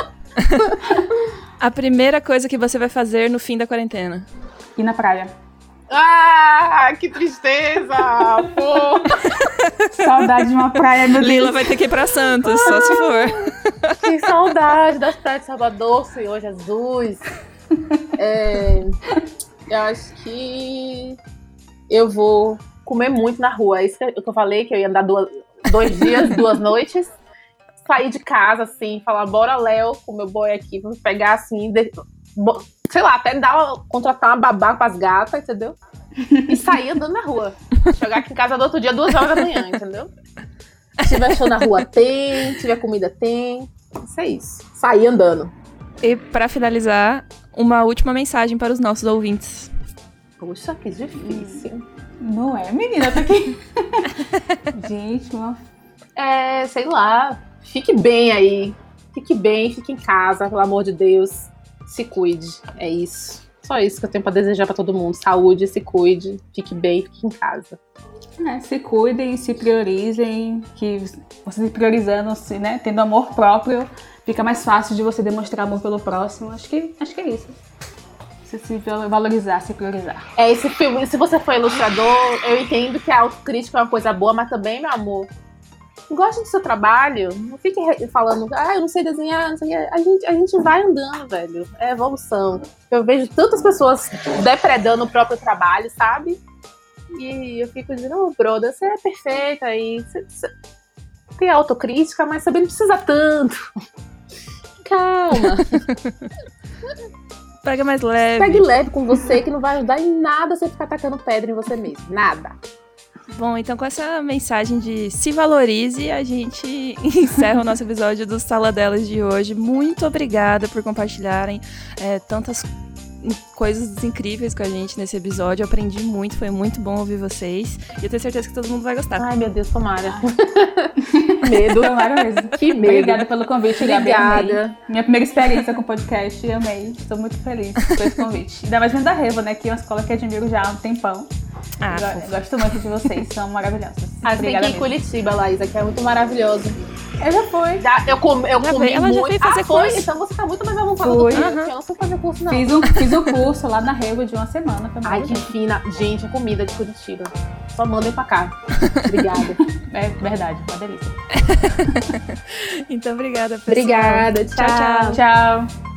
A primeira coisa que você vai fazer no fim da quarentena. Ir na praia. Ah, que tristeza! Pô. Saudade de uma praia, meu Deus. Lila vai ter que ir pra Santos, só se for. Que saudade das praias de Salvador, Senhor Jesus. É, eu acho que eu vou comer muito na rua. É isso que eu falei, que eu ia andar duas, dois dias, duas noites. Sair de casa, assim, falar, bora, Léo, com meu boy aqui, vamos pegar, assim, de, bo, sei lá, até dar, contratar uma babá pras gatas, entendeu? E sair andando na rua. Chegar aqui em casa do outro dia, duas horas da manhã, entendeu? Se tiver show na rua, tem. Se tiver comida, tem. Isso é isso. Sair andando. E pra finalizar, uma última mensagem para os nossos ouvintes. Poxa, que difícil. Não é, menina? Eu tô aqui. Gente, uma... É, sei lá. Fique bem aí. Fique bem, fique em casa, pelo amor de Deus. Se cuide. É isso. Só isso que eu tenho pra desejar pra todo mundo. Saúde, se cuide, fique bem, fique em casa. É, se cuidem, se priorizem, que você se priorizando, assim, né, tendo amor próprio, fica mais fácil de você demonstrar amor pelo próximo. Acho que, acho que é isso. Você se valorizar, se priorizar. É, esse filme, se você for ilustrador, eu entendo que a autocrítica é uma coisa boa, mas também, meu amor, goste do seu trabalho, não fique falando, ah, eu não sei desenhar, não sei, a gente, a gente vai andando, velho, é evolução. Eu vejo tantas pessoas depredando o próprio trabalho, sabe? E eu fico dizendo, oh, brother, você é perfeita, e você, você tem autocrítica, mas também não precisa tanto. Calma. Pega mais leve. Pegue leve com você, que não vai ajudar em nada você ficar atacando pedra em você mesmo, nada. Bom, então com essa mensagem de se valorize, a gente encerra o nosso episódio do Sala Delas de hoje. Muito obrigada por compartilharem é, tantas coisas incríveis com a gente nesse episódio. Eu aprendi muito, foi muito bom ouvir vocês. E eu tenho certeza que todo mundo vai gostar. Ai, meu Deus, tomara. Medo. Tomara mesmo. Que medo. Obrigada pelo convite, Gabi. Obrigada. Amei. Minha primeira experiência com podcast, amei. Estou muito feliz com esse convite. Ainda mais vindo da Revo, né? Que é uma escola que eu admiro já há um tempão. Ah, eu, eu gosto muito de vocês, são maravilhosos. Ah, você tem que ir em Curitiba, Laísa, que é muito maravilhoso. Eu já fui. Já, eu com, eu já comi ela muito. já foi fazer ah, foi? curso. Então você tá muito mais à vontade do Fui. que eu. Uhum. Eu não fui fazer curso, não. Fiz um, fiz um curso lá na Revo de uma semana. Foi Ai, que fina. Gente, a comida de Curitiba. Só mandem pra cá. Obrigada. É verdade, uma delícia. Então, obrigada, pessoal. Obrigada, tchau. Tchau.